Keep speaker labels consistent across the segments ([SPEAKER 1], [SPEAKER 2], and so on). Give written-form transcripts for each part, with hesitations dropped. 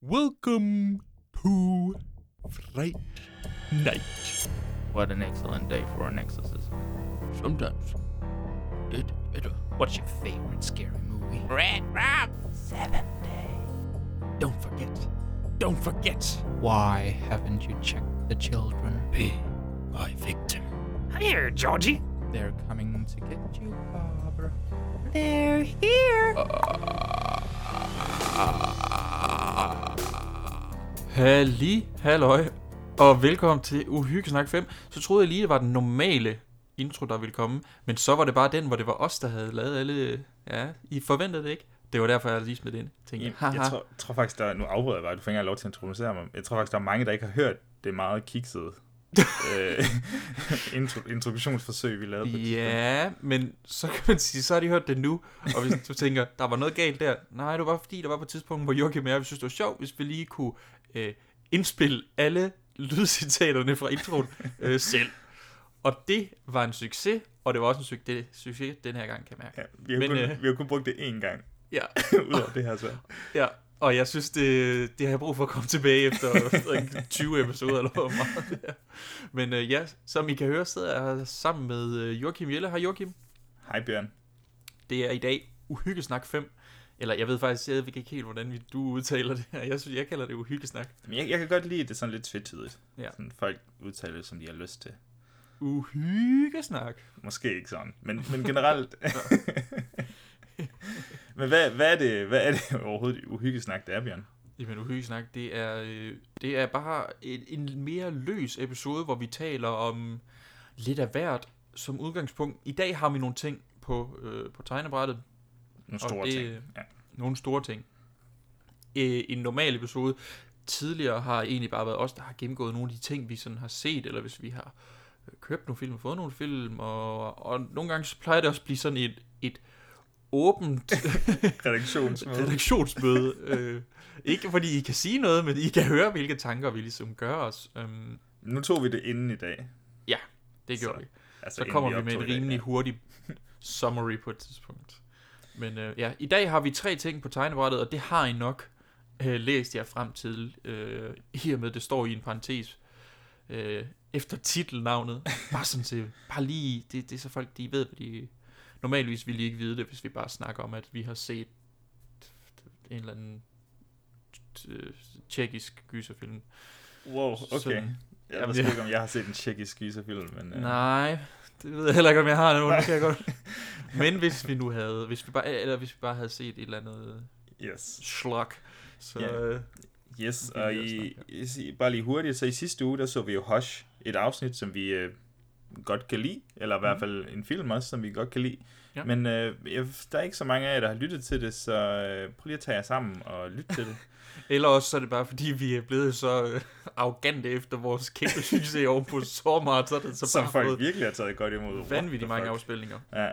[SPEAKER 1] Welcome to Fright Night.
[SPEAKER 2] What an excellent day for an exorcism.
[SPEAKER 1] Sometimes.
[SPEAKER 2] What's your favorite scary movie? Red Rob 7 Day.
[SPEAKER 1] Don't forget.
[SPEAKER 2] Why haven't you checked the children?
[SPEAKER 1] Be my victim.
[SPEAKER 2] Here, Georgie. They're coming to get you, Barbara. They're here. Halløj, og velkommen til Uhyggesnak 5. Så troede jeg lige, det var den normale intro, der ville komme. Men så var det bare den, hvor det var os, der havde lavet alle... Ja, I forventede det ikke. Det var derfor, jeg lige smed det ind.
[SPEAKER 3] Jeg tror faktisk, nu afbryder jeg bare, du fik ikke lov til at introducere mig. Jeg tror faktisk, der er mange, der ikke har hørt det meget kiksede introduktionsforsøg, vi lavede.
[SPEAKER 2] Ja, men så kan man sige, så har de hørt det nu. Og hvis du tænker, der var noget galt der. Nej, det var fordi, der var på et tidspunkt, hvor Joachim og jeg synes, det var sjovt, hvis vi lige kunne indspille alle lydcitaterne fra introen selv. Og det var en succes, og det var også en succes den her gang, kan jeg mærke.
[SPEAKER 3] Ja, vi har kun brugt det én gang.
[SPEAKER 2] Ja.
[SPEAKER 3] Udover det her så.
[SPEAKER 2] Ja, og jeg synes, det har jeg brug for at komme tilbage efter 20 episoder eller hvor meget det er. Men ja, som I kan høre, sidder jeg sammen med Joachim Jelle. Hej Joachim.
[SPEAKER 3] Hej Bjørn.
[SPEAKER 2] Det er i dag Uhyggesnak 5. Eller jeg ved faktisk ikke helt, hvordan du udtaler det her. Jeg synes, jeg kalder det Uhyggesnak.
[SPEAKER 3] Jeg kan godt lide det sådan lidt tvetydigt.
[SPEAKER 2] Ja.
[SPEAKER 3] Sådan, folk udtaler det, som de har lyst til.
[SPEAKER 2] Uhyggesnak.
[SPEAKER 3] Måske ikke sådan, men generelt. Men hvad er det overhovedet uhyggesnak, det er, Bjørn?
[SPEAKER 2] Jamen uhyggesnak, det er bare en mere løs episode, hvor vi taler om lidt af hvert som udgangspunkt. I dag har vi nogle ting på tegnebrættet.
[SPEAKER 3] Nogle store ting. Ja.
[SPEAKER 2] Nogle store ting. En normal episode tidligere har egentlig bare været os, der har gennemgået nogle af de ting, vi sådan har set, eller hvis vi har købt nogle film, fået nogle film, og nogle gange så plejer det også at blive sådan et åbent redaktionsmøde. Ikke fordi I kan sige noget, men I kan høre, hvilke tanker vi ligesom gør os.
[SPEAKER 3] Nu tog vi det inden i dag.
[SPEAKER 2] Ja, det gjorde vi.
[SPEAKER 3] Altså,
[SPEAKER 2] så kommer vi med en rimelig hurtig summary på et tidspunkt. Men ja, i dag har vi 3 ting på tegnebrættet, og det har I nok læst jer frem til. I og med, det står i en parentes efter titelnavnet. Bare sådan til, bare lige, det er så folk, de ved, hvad de... Normalvis ville I ikke vide det, hvis vi bare snakker om, at vi har set en eller anden tjekkisk gyserfilm.
[SPEAKER 3] Wow, okay. Så, jeg ved ikke, om jeg har set en tjekkisk gyserfilm, men...
[SPEAKER 2] Nej, det ved jeg heller ikke, om jeg har nu, det kan jeg godt. Men hvis vi nu havde, hvis vi bare havde set et eller andet slug, så...
[SPEAKER 3] Yeah. Yes, og bare lige hurtigt, så i sidste uge, der så vi jo Hush, et afsnit, som vi godt kan lide, eller i hvert fald en film også, som vi godt kan lide. Ja. Men der er ikke så mange af jer, der har lyttet til det, så prøv lige at tage jer sammen og lytte til det.
[SPEAKER 2] Eller også så er det bare, fordi vi er blevet så arrogante efter vores kæmpe succes over på Sårmarathon.
[SPEAKER 3] Som folk virkelig har taget godt imod.
[SPEAKER 2] Vanvittigt mange afspilninger.
[SPEAKER 3] Ja.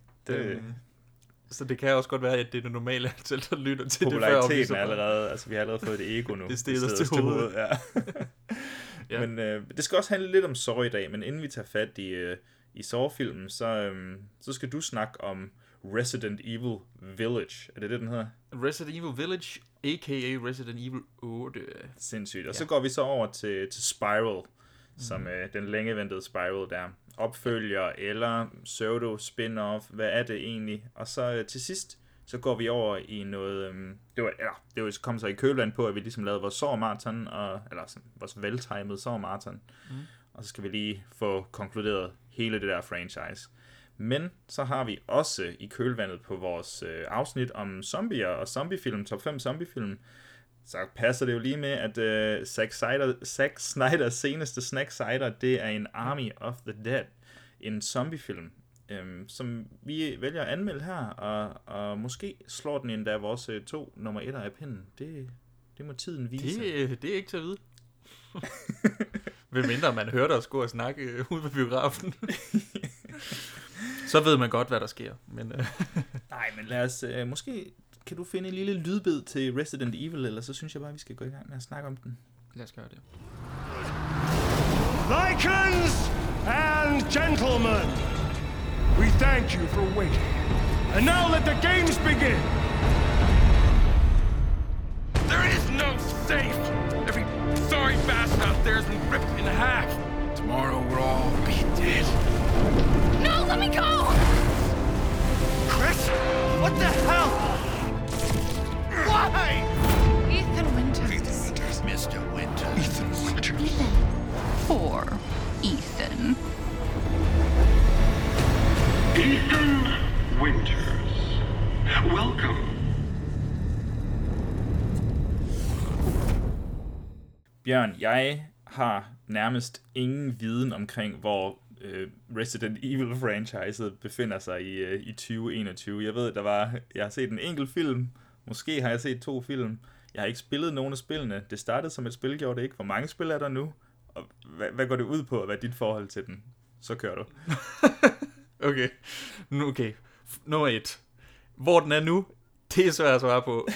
[SPEAKER 2] Så det kan også godt være, at det er det normale antal, der lytter til det før.
[SPEAKER 3] Populariteten er allerede, altså vi har allerede fået det ego nu.
[SPEAKER 2] Det steder til hovedet.
[SPEAKER 3] Ja. Ja. Men det skal også handle lidt om Saw i dag, men inden vi tager fat i Saw-filmen, så skal du snakke om Resident Evil Village. Er det den hedder?
[SPEAKER 2] Resident Evil Village, a.k.a. Resident Evil 8.
[SPEAKER 3] Sindssygt. Og så går vi så over til Spiral, som den længeventede Spiral der. Opfølger eller pseudo-spin-off, hvad er det egentlig? Og så til sidst, så går vi over i noget, det var kommet så i kølvand på, at vi ligesom lavede vores Saw-marathon, eller sådan, vores veltimede Saw-marathon. Og så skal vi lige få konkluderet hele det der franchise. Men så har vi også i kølvandet på vores afsnit om zombier og zombiefilm, top 5 zombiefilm, så passer det jo lige med, at Zack Snyders seneste Snack Cider, det er en Army of the Dead, en zombiefilm, som vi vælger at anmelde her, og måske slår den endda vores 2 nummer 1'er af pinden. Det må tiden vise.
[SPEAKER 2] Det er ikke til at vide. Hvem mindre man hørte os gå og snakke ude på biografen. Så ved man godt, hvad der sker. Men
[SPEAKER 3] nej, men lad os måske... Kan du finde en lille lydbid til Resident Evil, eller så synes jeg bare, vi skal gå i gang med at snakke om den.
[SPEAKER 2] Lad os gøre det.
[SPEAKER 4] Lycans and gentlemen, we thank you for waiting. And now let the games begin.
[SPEAKER 5] There is no
[SPEAKER 3] Bjørn, jeg har nærmest ingen viden omkring, hvor Resident Evil-franchiset befinder sig i 2021. Jeg ved, jeg har set en enkelt film. Måske har jeg set 2 film. Jeg har ikke spillet nogen af spillene. Det startede som et spil, gjorde det ikke? Hvor mange spil er der nu? Og hvad går det ud på? Hvad er dit forhold til den? Så kører du.
[SPEAKER 2] Okay. Nummer 1. Hvor den er nu, det er svært at svare på.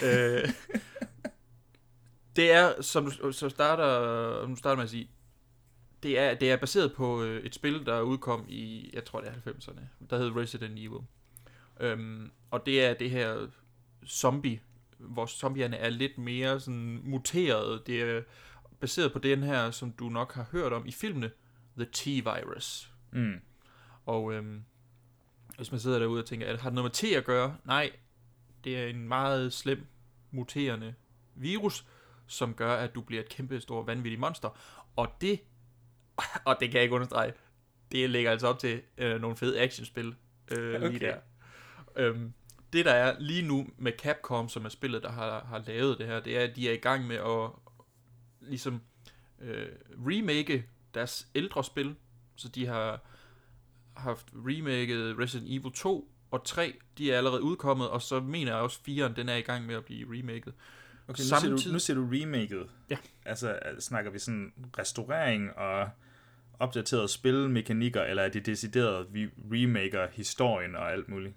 [SPEAKER 2] Det er, som du starter med at sige, det er baseret på et spil, der udkom i, jeg tror det er 90'erne, der hed Resident Evil. Og det er det her zombie, hvor zombierne er lidt mere sådan muteret. Det er baseret på den her, som du nok har hørt om i filmene, The T-Virus. Og hvis man sidder derude og tænker, har det noget med T at gøre? Nej, det er en meget slem, muterende virus, som gør, at du bliver et kæmpe stort vanvittigt monster. Og det kan jeg ikke understrege, det lægger altså op til nogle fede actionspil lige der. Det der er lige nu med Capcom, som er spillet, der har lavet det her, det er, at de er i gang med at ligesom remake deres ældre spil. Så de har haft remaket Resident Evil 2 og 3, de er allerede udkommet, og så mener jeg også 4'eren, den er i gang med at blive remaket.
[SPEAKER 3] Okay, nu siger du remaket.
[SPEAKER 2] Ja.
[SPEAKER 3] Altså, snakker vi sådan restaurering og opdaterede spilmekanikker, eller er det decideret, vi remaker historien og alt muligt?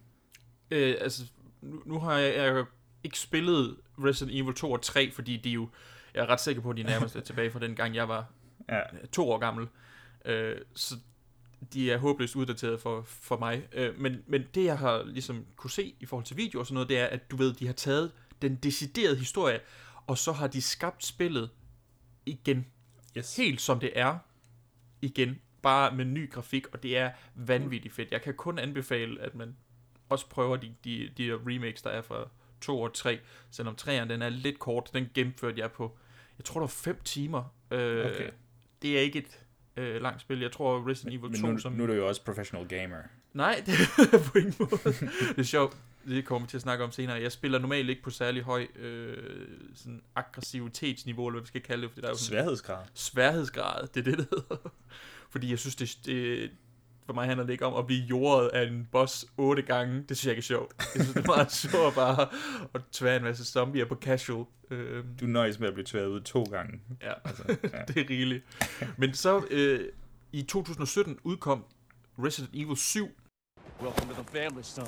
[SPEAKER 2] Nu har jeg ikke spillet Resident Evil 2 og 3, fordi de jo, jeg er ret sikker på, at de nærmest er tilbage fra den gang, jeg var 2 år gammel. Så de er håbløst uddateret for mig. Men det, jeg har ligesom kunne se i forhold til video og sådan noget, det er, at du ved, de har taget den deciderede historie, og så har de skabt spillet igen.
[SPEAKER 3] Yes.
[SPEAKER 2] Helt som det er igen, bare med ny grafik, og det er vanvittigt fedt. Jeg kan kun anbefale, at man også prøver de remakes, der er fra 2 og 3, selvom 3'eren, den er lidt kort. Den gennemførte jeg på, jeg tror, det var 5 timer.
[SPEAKER 3] Okay.
[SPEAKER 2] Det er ikke et langt spil. Jeg tror, Resident Evil 2...
[SPEAKER 3] Men nu er du jo også professional gamer.
[SPEAKER 2] Nej, det er på ingen måde. Det er sjovt. Det kommer vi til at snakke om senere. Jeg spiller normalt ikke på særlig høj sådan aggressivitetsniveau, eller hvad vi skal kalde det. Fordi der er jo
[SPEAKER 3] Sværhedsgrad.
[SPEAKER 2] Sværhedsgrad, det er det hedder. Fordi jeg synes, det for mig handler det ikke om at blive jordet af en boss 8 gange. Det synes jeg ikke er sjovt. Jeg synes, det er meget sjovt bare at tvære en masse zombier på casual.
[SPEAKER 3] Du nøjes med at blive tværet ud 2 gange.
[SPEAKER 2] Ja, det er rigeligt. Men så i 2017 udkom Resident Evil 7.
[SPEAKER 5] Welcome to the family, son.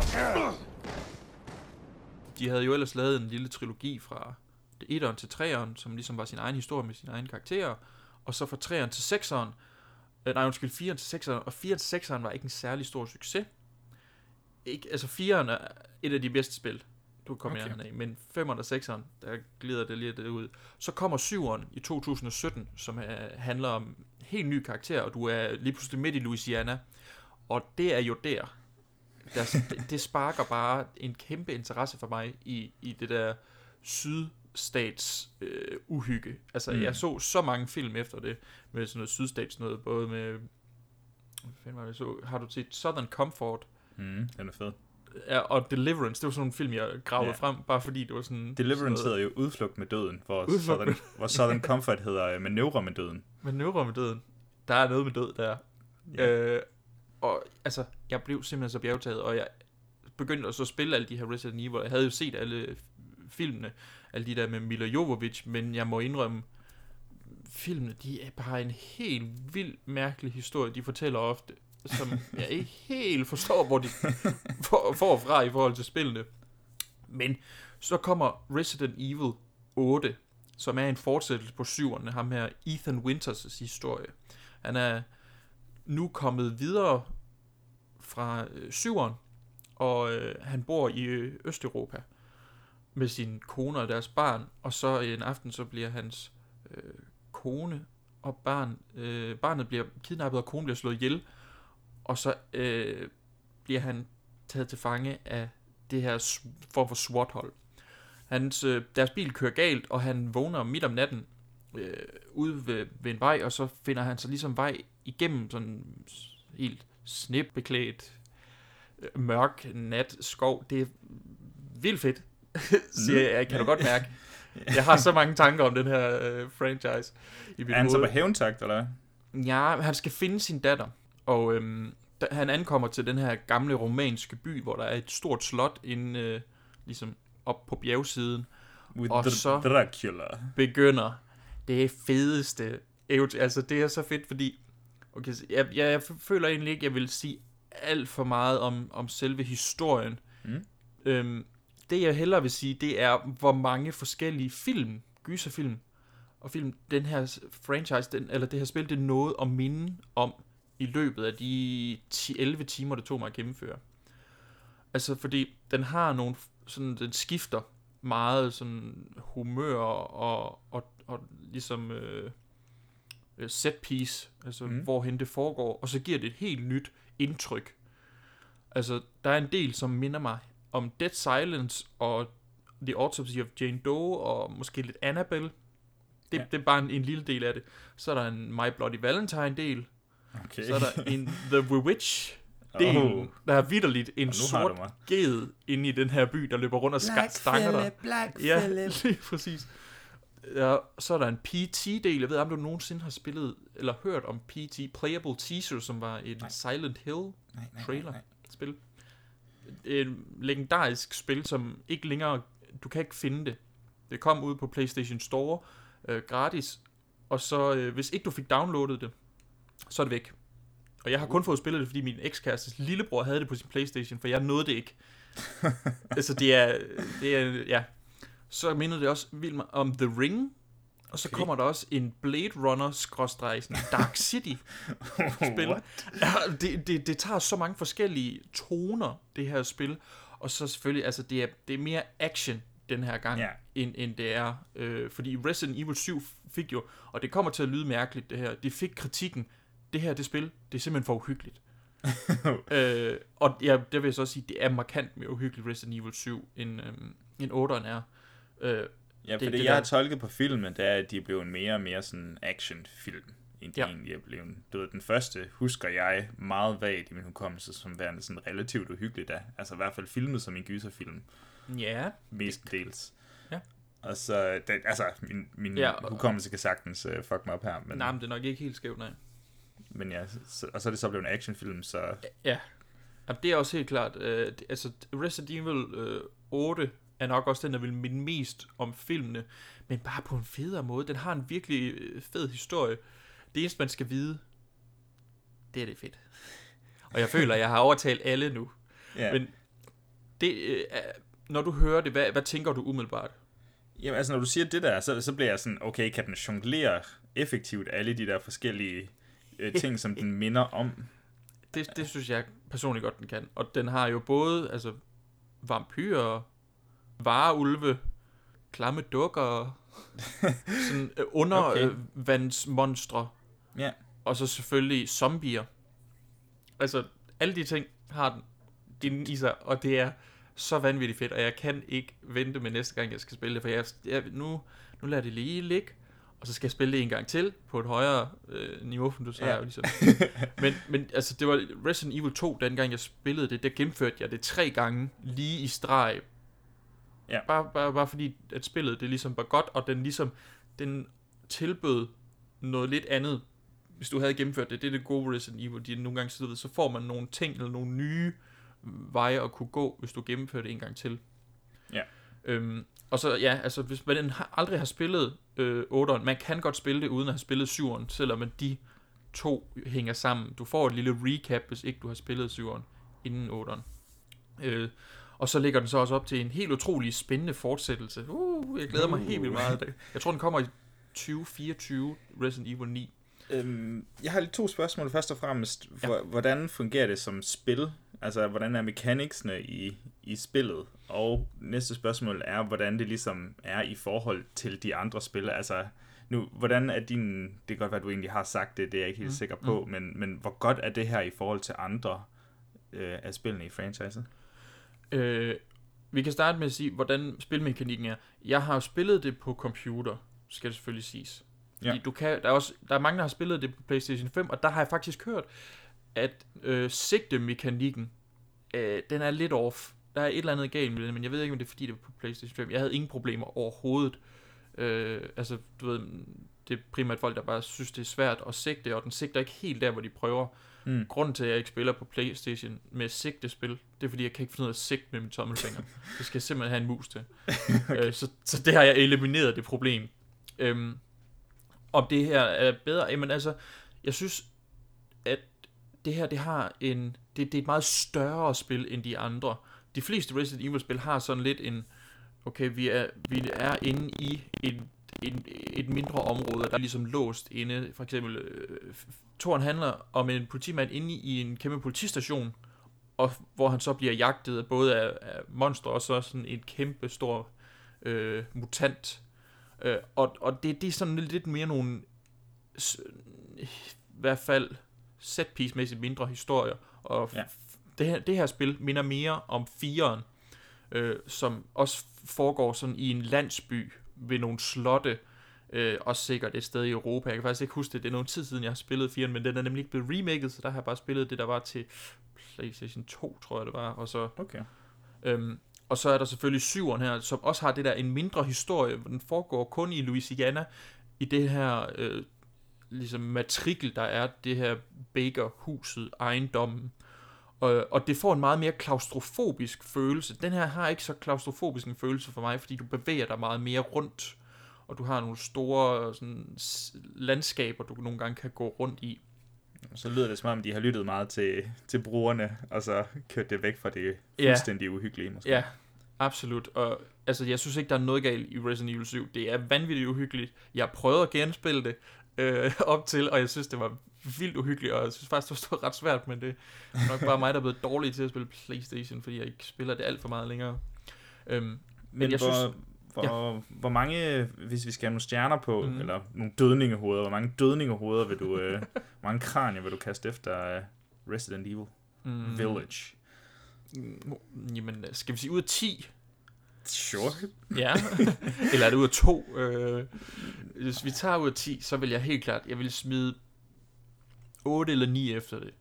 [SPEAKER 2] De havde jo ellers lavet en lille trilogi fra 1'eren til 3'eren, som ligesom var sin egen historie med sine egne karakterer, og så fra 3'eren til 6'eren, 4'eren til 6'eren, og 4'eren til 6'eren var ikke en særlig stor succes. Altså 4'eren er et af de bedste spil, du kommer okay. Men 5'eren og 6'eren, der glider det lidt ud. Så kommer 7'eren i 2017, som handler om helt ny karakter, og du er lige pludselig midt i Louisiana, og det er jo det sparker bare en kæmpe interesse for mig i det der sydstats uhygge. Altså, jeg så mange film efter det, med sådan noget sydstats noget, både med, hvad fanden var det så, har du set Southern Comfort?
[SPEAKER 3] Den er fed.
[SPEAKER 2] Ja, og Deliverance, det var sådan nogle film, jeg gravede frem, bare fordi det var sådan...
[SPEAKER 3] Deliverance hedder jo Udflugt med døden, hvor Southern Comfort hedder Manøvre med døden.
[SPEAKER 2] Manøvre med døden. Der er noget med død der. Yeah. Og altså, jeg blev simpelthen så bjergtaget, og jeg begyndte at så spille alle de her Resident Evil. Jeg havde jo set alle filmene, alle de der med Mila Jovovich, men jeg må indrømme, filmene, de er bare en helt vild, mærkelig historie, de fortæller ofte, som jeg ikke helt forstår, hvor de får fra i forhold til spillene. Men så kommer Resident Evil 8, som er en fortsættelse på 7'erne, ham her Ethan Winters' historie. Han er nu kommet videre fra 7'eren, og han bor i Østeuropa med sin kone og deres barn, og så en aften så bliver hans kone og barnet bliver kidnappet, og konen bliver slået ihjel, og så bliver han taget til fange af det her form for SWAT-hold. Deres bil kører galt, og han vågner midt om natten ude ved en vej, og så finder han så ligesom vej igennem sådan helt snebeklædt mørk nat skov. Det er vildt fedt, siger jeg, kan du godt mærke. Jeg har så mange tanker om den her franchise i mit
[SPEAKER 3] Er han så på
[SPEAKER 2] hoved.
[SPEAKER 3] hævntakt, eller hvad?
[SPEAKER 2] Ja, han skal finde sin datter, og han ankommer til den her gamle romanske by, hvor der er et stort slot inde, ligesom op på bjergsiden,
[SPEAKER 3] With
[SPEAKER 2] og så
[SPEAKER 3] Dracula.
[SPEAKER 2] begynder det fedeste eventyr. Altså, det er så fedt, fordi okay, jeg føler egentlig ikke, jeg vil sige alt for meget om selve historien. Det jeg hellere vil sige, det er, hvor mange forskellige gyserfilm og film, den her franchise, eller det her spil, det nåede at minde om i løbet af de 11 timer, det tog mig at gennemføre. Altså, fordi den har nogle, sådan, den skifter meget sådan humør og ligesom set piece, altså hvorhen det foregår, og så giver det et helt nyt indtryk. Altså, der er en del, som minder mig om Dead Silence og The Autopsy of Jane Doe og måske lidt Annabelle. Det er bare en lille del af det. Så er der en My Bloody Valentine del.
[SPEAKER 3] Okay.
[SPEAKER 2] Så er der en The Bewitch del. Der er vitterligt en sort ged inde i den her by, der løber rundt og stanger der.
[SPEAKER 3] Black
[SPEAKER 2] Ja, lige præcis. Ja, så er der en PT-del. Jeg ved om du nogensinde har spillet eller hørt om PT, Playable Teaser, som var et Silent Hill trailer-spil. Et legendarisk spil, som ikke længere, du kan ikke finde det. Det kom ud på PlayStation Store gratis, og så hvis ikke du fik downloadet det, så er det væk. Og jeg har kun fået spillet det, fordi min ekskærestes lillebror havde det på sin PlayStation, for jeg nåede det ikke. Altså det er ja. Så mindede det også vildt mig om The Ring, og så kommer der også en Blade Runner / Dark City spil. Ja, det tager så mange forskellige toner, det her spil, og så selvfølgelig, altså det er mere action den her gang, end det er, fordi Resident Evil 7 fik jo, og det kommer til at lyde mærkeligt det her, det fik kritikken, det spil, det er simpelthen for uhyggeligt. Og ja, det vil jeg så sige, det er markant mere uhyggeligt Resident Evil 7, end 8'eren er.
[SPEAKER 3] Ja, fordi jeg har tolket på filmen, det er, at de er blevet mere og mere sådan actionfilm, end de egentlig er blevet. Du ved, den første husker jeg meget vagt i min hukommelse, som værende sådan relativt uhyggeligt da. Altså i hvert fald filmet som en gyserfilm. Ja. Mestendels. Ja. Og så, min hukommelse kan sagtens fuck mig op her. Men,
[SPEAKER 2] nej, men det er nok ikke helt skævt, nej.
[SPEAKER 3] Men ja, og så er det så blevet en actionfilm, så...
[SPEAKER 2] Ja, det er også helt klart. Altså, Resident Evil 8 er nok også den, der vil minde mest om filmene, men bare på en federe måde. Den har en virkelig fed historie. Det eneste, man skal vide, det er fedt. Og jeg føler, at jeg har overtalt alle nu. Yeah. Men det, når du hører det, hvad tænker du umiddelbart?
[SPEAKER 3] Jamen altså, når du siger det der, så bliver jeg sådan, okay, kan den jonglere effektivt alle de der forskellige ting, som den minder om?
[SPEAKER 2] Det synes jeg personligt godt, den kan. Og den har jo både altså vampyrer, vareulve, klamme dukker, sådan undervandsmonstre, og så selvfølgelig zombier. Altså, alle de ting har den i sig, og det er så vanvittigt fedt, og jeg kan ikke vente med næste gang, jeg skal spille det, for nu lader det lige ligge, og så skal jeg spille det en gang til, på et højere niveau, som du sagde. Ligesom. men altså, det var Resident Evil 2, dengang jeg spillede det, der gennemførte jeg det 3 gange, lige i streg. Ja. Bare fordi, at spillet, det ligesom var godt, og den tilbød noget lidt andet, hvis du havde gennemført det. Det er det gode Resident Evil, de nogle gange sidder, så får man nogle ting, eller nogle nye veje at kunne gå, hvis du gennemfører det en gang til. Ja. Og så, ja, altså, hvis man aldrig har spillet 8'eren, man kan godt spille det, uden at have spillet 7'eren, selvom de to hænger sammen. Du får et lille recap, hvis ikke du har spillet 7'eren, inden 8'eren. Og så ligger den så også op til en helt utrolig spændende fortsættelse. Jeg glæder mig helt vildt meget. Jeg tror, den kommer i 2024, Resident Evil 9.
[SPEAKER 3] Jeg har lige 2 spørgsmål. Først og fremmest, hvordan fungerer det som spil? Altså, hvordan er mechanicsene i spillet? Og næste spørgsmål er, hvordan det ligesom er i forhold til de andre spil. Altså, nu, hvordan er din... Det kan godt være, at du egentlig har sagt det, det er jeg ikke helt sikker på, men hvor godt er det her i forhold til andre af spillene i franchiset?
[SPEAKER 2] Vi kan starte med at sige, hvordan spilmekanikken er. Jeg har spillet det på computer, skal det selvfølgelig siges. Ja. Der er mange, der har spillet det på PlayStation 5, og der har jeg faktisk hørt, at sigtemekanikken, den er lidt off. Der er et eller andet galt med det, men jeg ved ikke, om det er fordi, det er på PlayStation 5. Jeg havde ingen problemer overhovedet. Altså, du ved, det er primært folk, der bare synes, det er svært at sigte, og den sigter ikke helt der, hvor de prøver. Grunden til, at jeg ikke spiller på PlayStation med sigtespil, det er, fordi jeg kan ikke finde ud af at sigte med min tommelfinger. Det skal jeg simpelthen have en mus til. Okay. Så det har jeg elimineret, det problem. Om det her er bedre, jamen altså, jeg synes, at det her, det har det er et meget større spil end de andre. De fleste Resident Evil-spil har sådan lidt okay, vi er inde i et mindre område, der er ligesom låst inde. For eksempel, toren handler om en politimand inde i en kæmpe politistation, og hvor han så bliver jagtet både af monstre og så sådan en kæmpe stor mutant. Og det er sådan lidt mere nogle, i hvert fald set-piece-mæssigt mindre historier. Og det her spil minder mere om 4'eren, som også foregår sådan i en landsby ved nogle slotte, også sikkert et sted i Europa. Jeg kan faktisk ikke huske det. Det er nogle tid siden, jeg har spillet 4'eren, men den er nemlig ikke blevet remaket, så der har jeg bare spillet det, der var til PlayStation 2, tror jeg det var. Og så, og så er der selvfølgelig 7'eren her, som også har det der en mindre historie, hvor den foregår kun i Louisiana, i det her ligesom matrikel, der er det her Baker-huset, ejendommen. Og det får en meget mere klaustrofobisk følelse. Den her har ikke så klaustrofobisk en følelse for mig, fordi du bevæger dig meget mere rundt, og du har nogle store sådan, landskaber, du nogle gange kan gå rundt i.
[SPEAKER 3] Så lyder det som om, de har lyttet meget til brugerne, og så kørt det væk fra det fuldstændig uhyggelige måske.
[SPEAKER 2] Ja, absolut. Og altså, jeg synes ikke, der er noget galt i Resident Evil 7. Det er vanvittigt uhyggeligt. Jeg prøvede at genspille det op til, og jeg synes, det var vildt uhyggeligt, og jeg synes faktisk, det var ret svært, men det er nok bare mig, der er blevet dårlig til at spille PlayStation, fordi jeg ikke spiller det alt for meget længere. Men jeg synes...
[SPEAKER 3] Hvor mange, hvis vi skal have nogle stjerner på, eller nogle dødningehoveder, hvor mange dødningehoveder vil du, hvor mange kranier vil du kaste efter Resident Evil Village?
[SPEAKER 2] Jamen, skal vi sige ud af 10?
[SPEAKER 3] Sure.
[SPEAKER 2] Ja, eller er det ud af 2? Hvis vi tager ud af 10, så vil jeg helt klart, jeg vil smide 8 eller 9 efter det.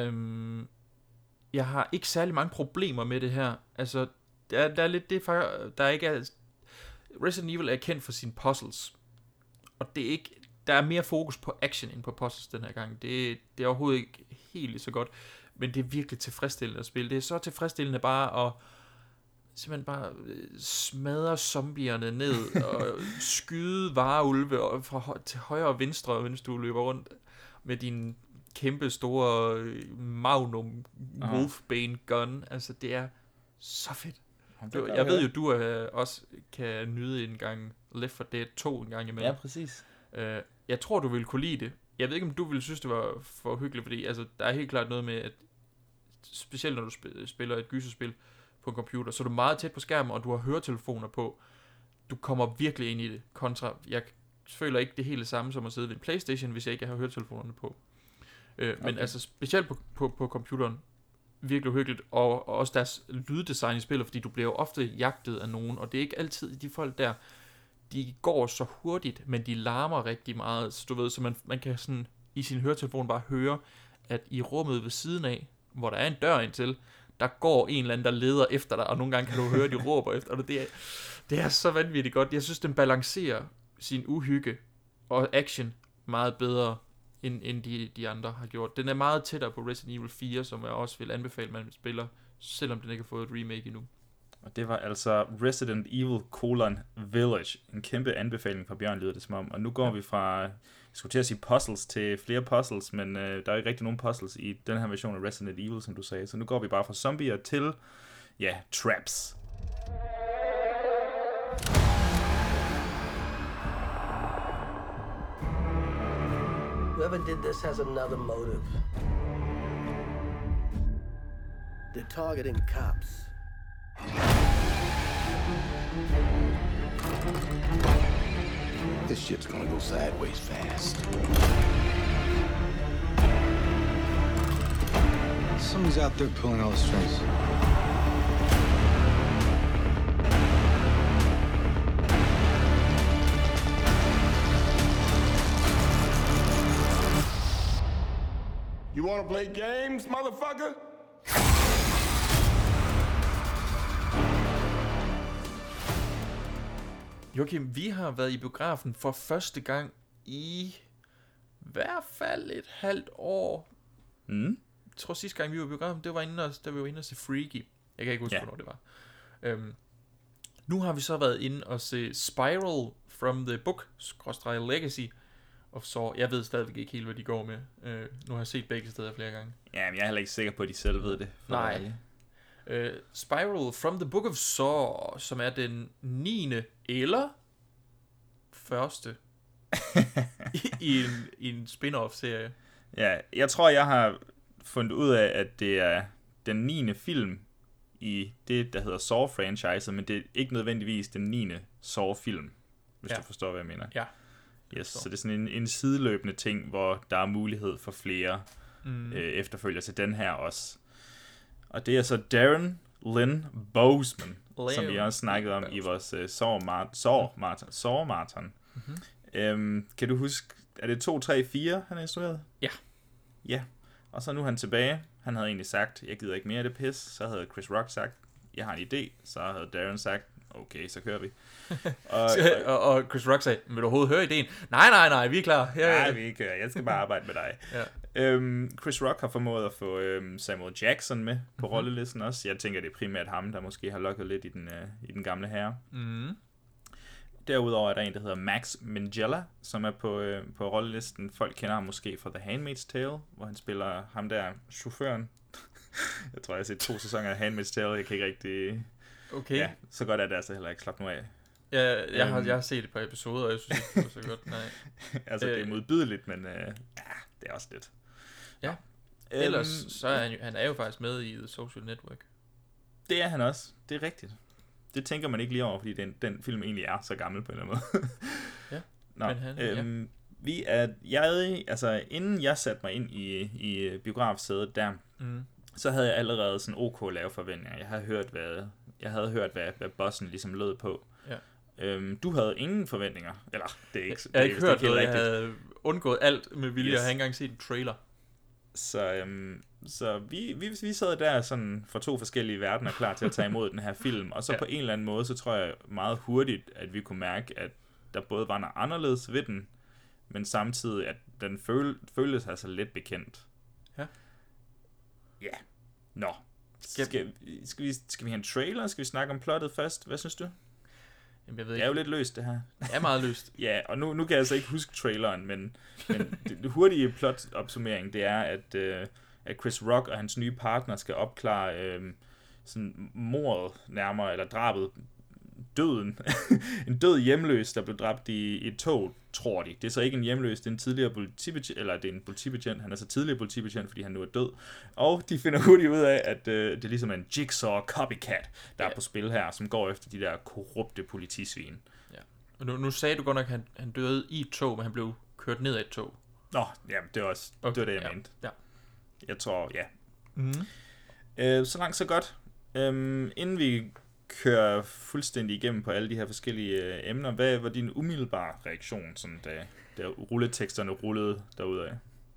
[SPEAKER 2] Jeg har ikke særlig mange problemer med det her. Altså, der er lidt det, der ikke er... Resident Evil er kendt for sine puzzles, og det er ikke, der er mere fokus på action end på puzzles den her gang. Det er overhovedet ikke helt så godt, men det er virkelig tilfredsstillende at spille. Det er så tilfredsstillende bare at simpelthen bare smadre zombierne ned og skyde vareulve fra til højre og venstre, mens du løber rundt med din kæmpe store Magnum Wolfbane gun. Altså, det er så fedt. Jeg ved jo, du også kan nyde en gang Left 4 Dead 2 en gang imellem.
[SPEAKER 3] Ja, præcis.
[SPEAKER 2] Jeg tror, du ville kunne lide det. Jeg ved ikke, om du ville synes, det var for hyggeligt, fordi altså, der er helt klart noget med, at specielt når du spiller et gyserspil på en computer, så er du meget tæt på skærmen, og du har høretelefoner på. Du kommer virkelig ind i det. Kontra, jeg føler ikke det hele samme som at sidde ved en PlayStation, hvis jeg ikke har høretelefonerne på. Men altså, specielt på computeren, virkelig uhyggeligt, og også deres lyddesign i spillet, fordi du bliver jo ofte jagtet af nogen, og det er ikke altid de folk der, de går så hurtigt, men de larmer rigtig meget, så du ved, så man kan sådan i sin høretelefon bare høre, at i rummet ved siden af, hvor der er en dør indtil, der går en eller anden, der leder efter dig, og nogle gange kan du høre, de råber efter dig. Det er så vanvittigt godt. Jeg synes, den balancerer sin uhygge og action meget bedre, end de andre har gjort. Den er meget tættere på Resident Evil 4, som jeg også vil anbefale, man spiller, selvom den ikke har fået et remake endnu.
[SPEAKER 3] Og det var altså Resident Evil Village. En kæmpe anbefaling fra Bjørn, lyder det som om. Og nu går vi fra, jeg skulle til at sige puzzles, til flere puzzles, men der er ikke rigtig nogen puzzles i den her version af Resident Evil, som du sagde. Så nu går vi bare fra zombier til, traps.
[SPEAKER 6] Whoever did this has another motive. They're targeting cops.
[SPEAKER 7] This shit's gonna go sideways fast.
[SPEAKER 8] Someone's out there pulling all the strings.
[SPEAKER 7] You wanna play games, motherfucker?
[SPEAKER 2] Joachim, vi har været i biografen for første gang i hvert fald et halvt år.
[SPEAKER 3] Mm.
[SPEAKER 2] Jeg tror sidste gang vi var i biografen, det var da vi var inde og se Freaky. Jeg kan ikke huske, hvornår det var. Nu har vi så været inde og se Spiral from the Book /Legacy of Saw. Jeg ved stadigvæk ikke helt, hvad de går med. Nu har jeg set begge steder flere gange.
[SPEAKER 3] Ja, men jeg er heller ikke sikker på, at de selv ved det.
[SPEAKER 2] Nej. Spiral from the Book of Saw, som er den 9. eller første i en spin-off-serie.
[SPEAKER 3] Ja, jeg tror, jeg har fundet ud af, at det er den 9. film i det, der hedder Saw-franchiset, men det er ikke nødvendigvis den 9. Saw-film, hvis du forstår, hvad jeg mener.
[SPEAKER 2] Ja.
[SPEAKER 3] Yes, så det er sådan en sideløbende ting, hvor der er mulighed for flere efterfølger til den her også. Og det er så Darren Lynn Bousman, som vi også snakkede om i vores Saw-marathon. Mm-hmm. Kan du huske, er det 2, 3, 4, han har instrueret?
[SPEAKER 2] Ja.
[SPEAKER 3] Ja, og så nu er han tilbage. Han havde egentlig sagt, jeg gider ikke mere af det pis. Så havde Chris Rock sagt, jeg har en idé. Så havde Darren sagt, okay, så kører vi.
[SPEAKER 2] og Chris Rock sagde, vil du overhovedet høre ideen? Nej, vi er klar.
[SPEAKER 3] Nej, vi kører. Jeg skal bare arbejde med dig. Chris Rock har formået at få Samuel Jackson med på rollelisten også. Jeg tænker, det er primært ham, der måske har lukket lidt i den gamle herre. Derudover er der en, der hedder Max Minghella, som er på rollelisten. Folk kender ham måske fra The Handmaid's Tale, hvor han spiller ham der, chaufføren. Jeg tror, jeg har set 2 sæsoner af Handmaid's Tale. Jeg kan ikke rigtig...
[SPEAKER 2] Okay.
[SPEAKER 3] Ja, så godt er det altså heller ikke. Slap nu af.
[SPEAKER 2] Ja, jeg har set et par episoder, og jeg synes ikke, det var så godt. Nej.
[SPEAKER 3] Altså, det er modbydeligt, men det er også lidt.
[SPEAKER 2] Ja. Ellers, så er han er jo faktisk med i The Social Network.
[SPEAKER 3] Det er han også. Det er rigtigt. Det tænker man ikke lige over, fordi den film egentlig er så gammel på en eller anden måde.
[SPEAKER 2] Ja.
[SPEAKER 3] Nå, inden jeg satte mig ind i biografsædet der, så havde jeg allerede sådan OK lave forventninger. Jeg havde hørt, hvad bossen ligesom lød på. Ja. Du havde ingen forventninger. Eller, det er ikke,
[SPEAKER 2] jeg har ikke hørt noget. Jeg havde undgået alt med vilje. Yes. Jeg har ikke engang set en trailer.
[SPEAKER 3] Så vi sad der sådan for 2 forskellige verdener klar til at tage imod den her film, og så på en eller anden måde, så tror jeg meget hurtigt, at vi kunne mærke, at der både var noget anderledes ved den, men samtidig, at den føltes altså lidt bekendt. Ja. Ja. Nå. Skal vi have en trailer? Skal vi snakke om plottet først? Hvad synes du?
[SPEAKER 2] Jamen, jeg ved
[SPEAKER 3] det er jo lidt løst, det her.
[SPEAKER 2] Det er meget løst.
[SPEAKER 3] Ja, og nu kan jeg altså ikke huske traileren, men det hurtige plot-opsummering, det er, at Chris Rock og hans nye partner skal opklare sådan mordet nærmere, eller drabet, døden. En død hjemløs, der blev dræbt i et tog, tror de. Det er så ikke en hjemløs, det er en tidligere politibetjent, eller det er en politibetjent. Han er så tidligere politibetjent, fordi han nu er død. Og de finder hurtigt ud af, at det ligesom er en jigsaw copycat, der er på spil her, som går efter de der korrupte politisvin.
[SPEAKER 2] Ja. Og nu sagde du godt nok, at han døde i et tog, men han blev kørt ned af et tog.
[SPEAKER 3] Nå, jamen det var også det, var det jeg mente.
[SPEAKER 2] Ja.
[SPEAKER 3] Jeg tror, ja. Så langt, så godt. Inden vi kører fuldstændig igennem på alle de her forskellige emner, hvad var din umiddelbare reaktion, sådan, da rulleteksterne rullede derudad?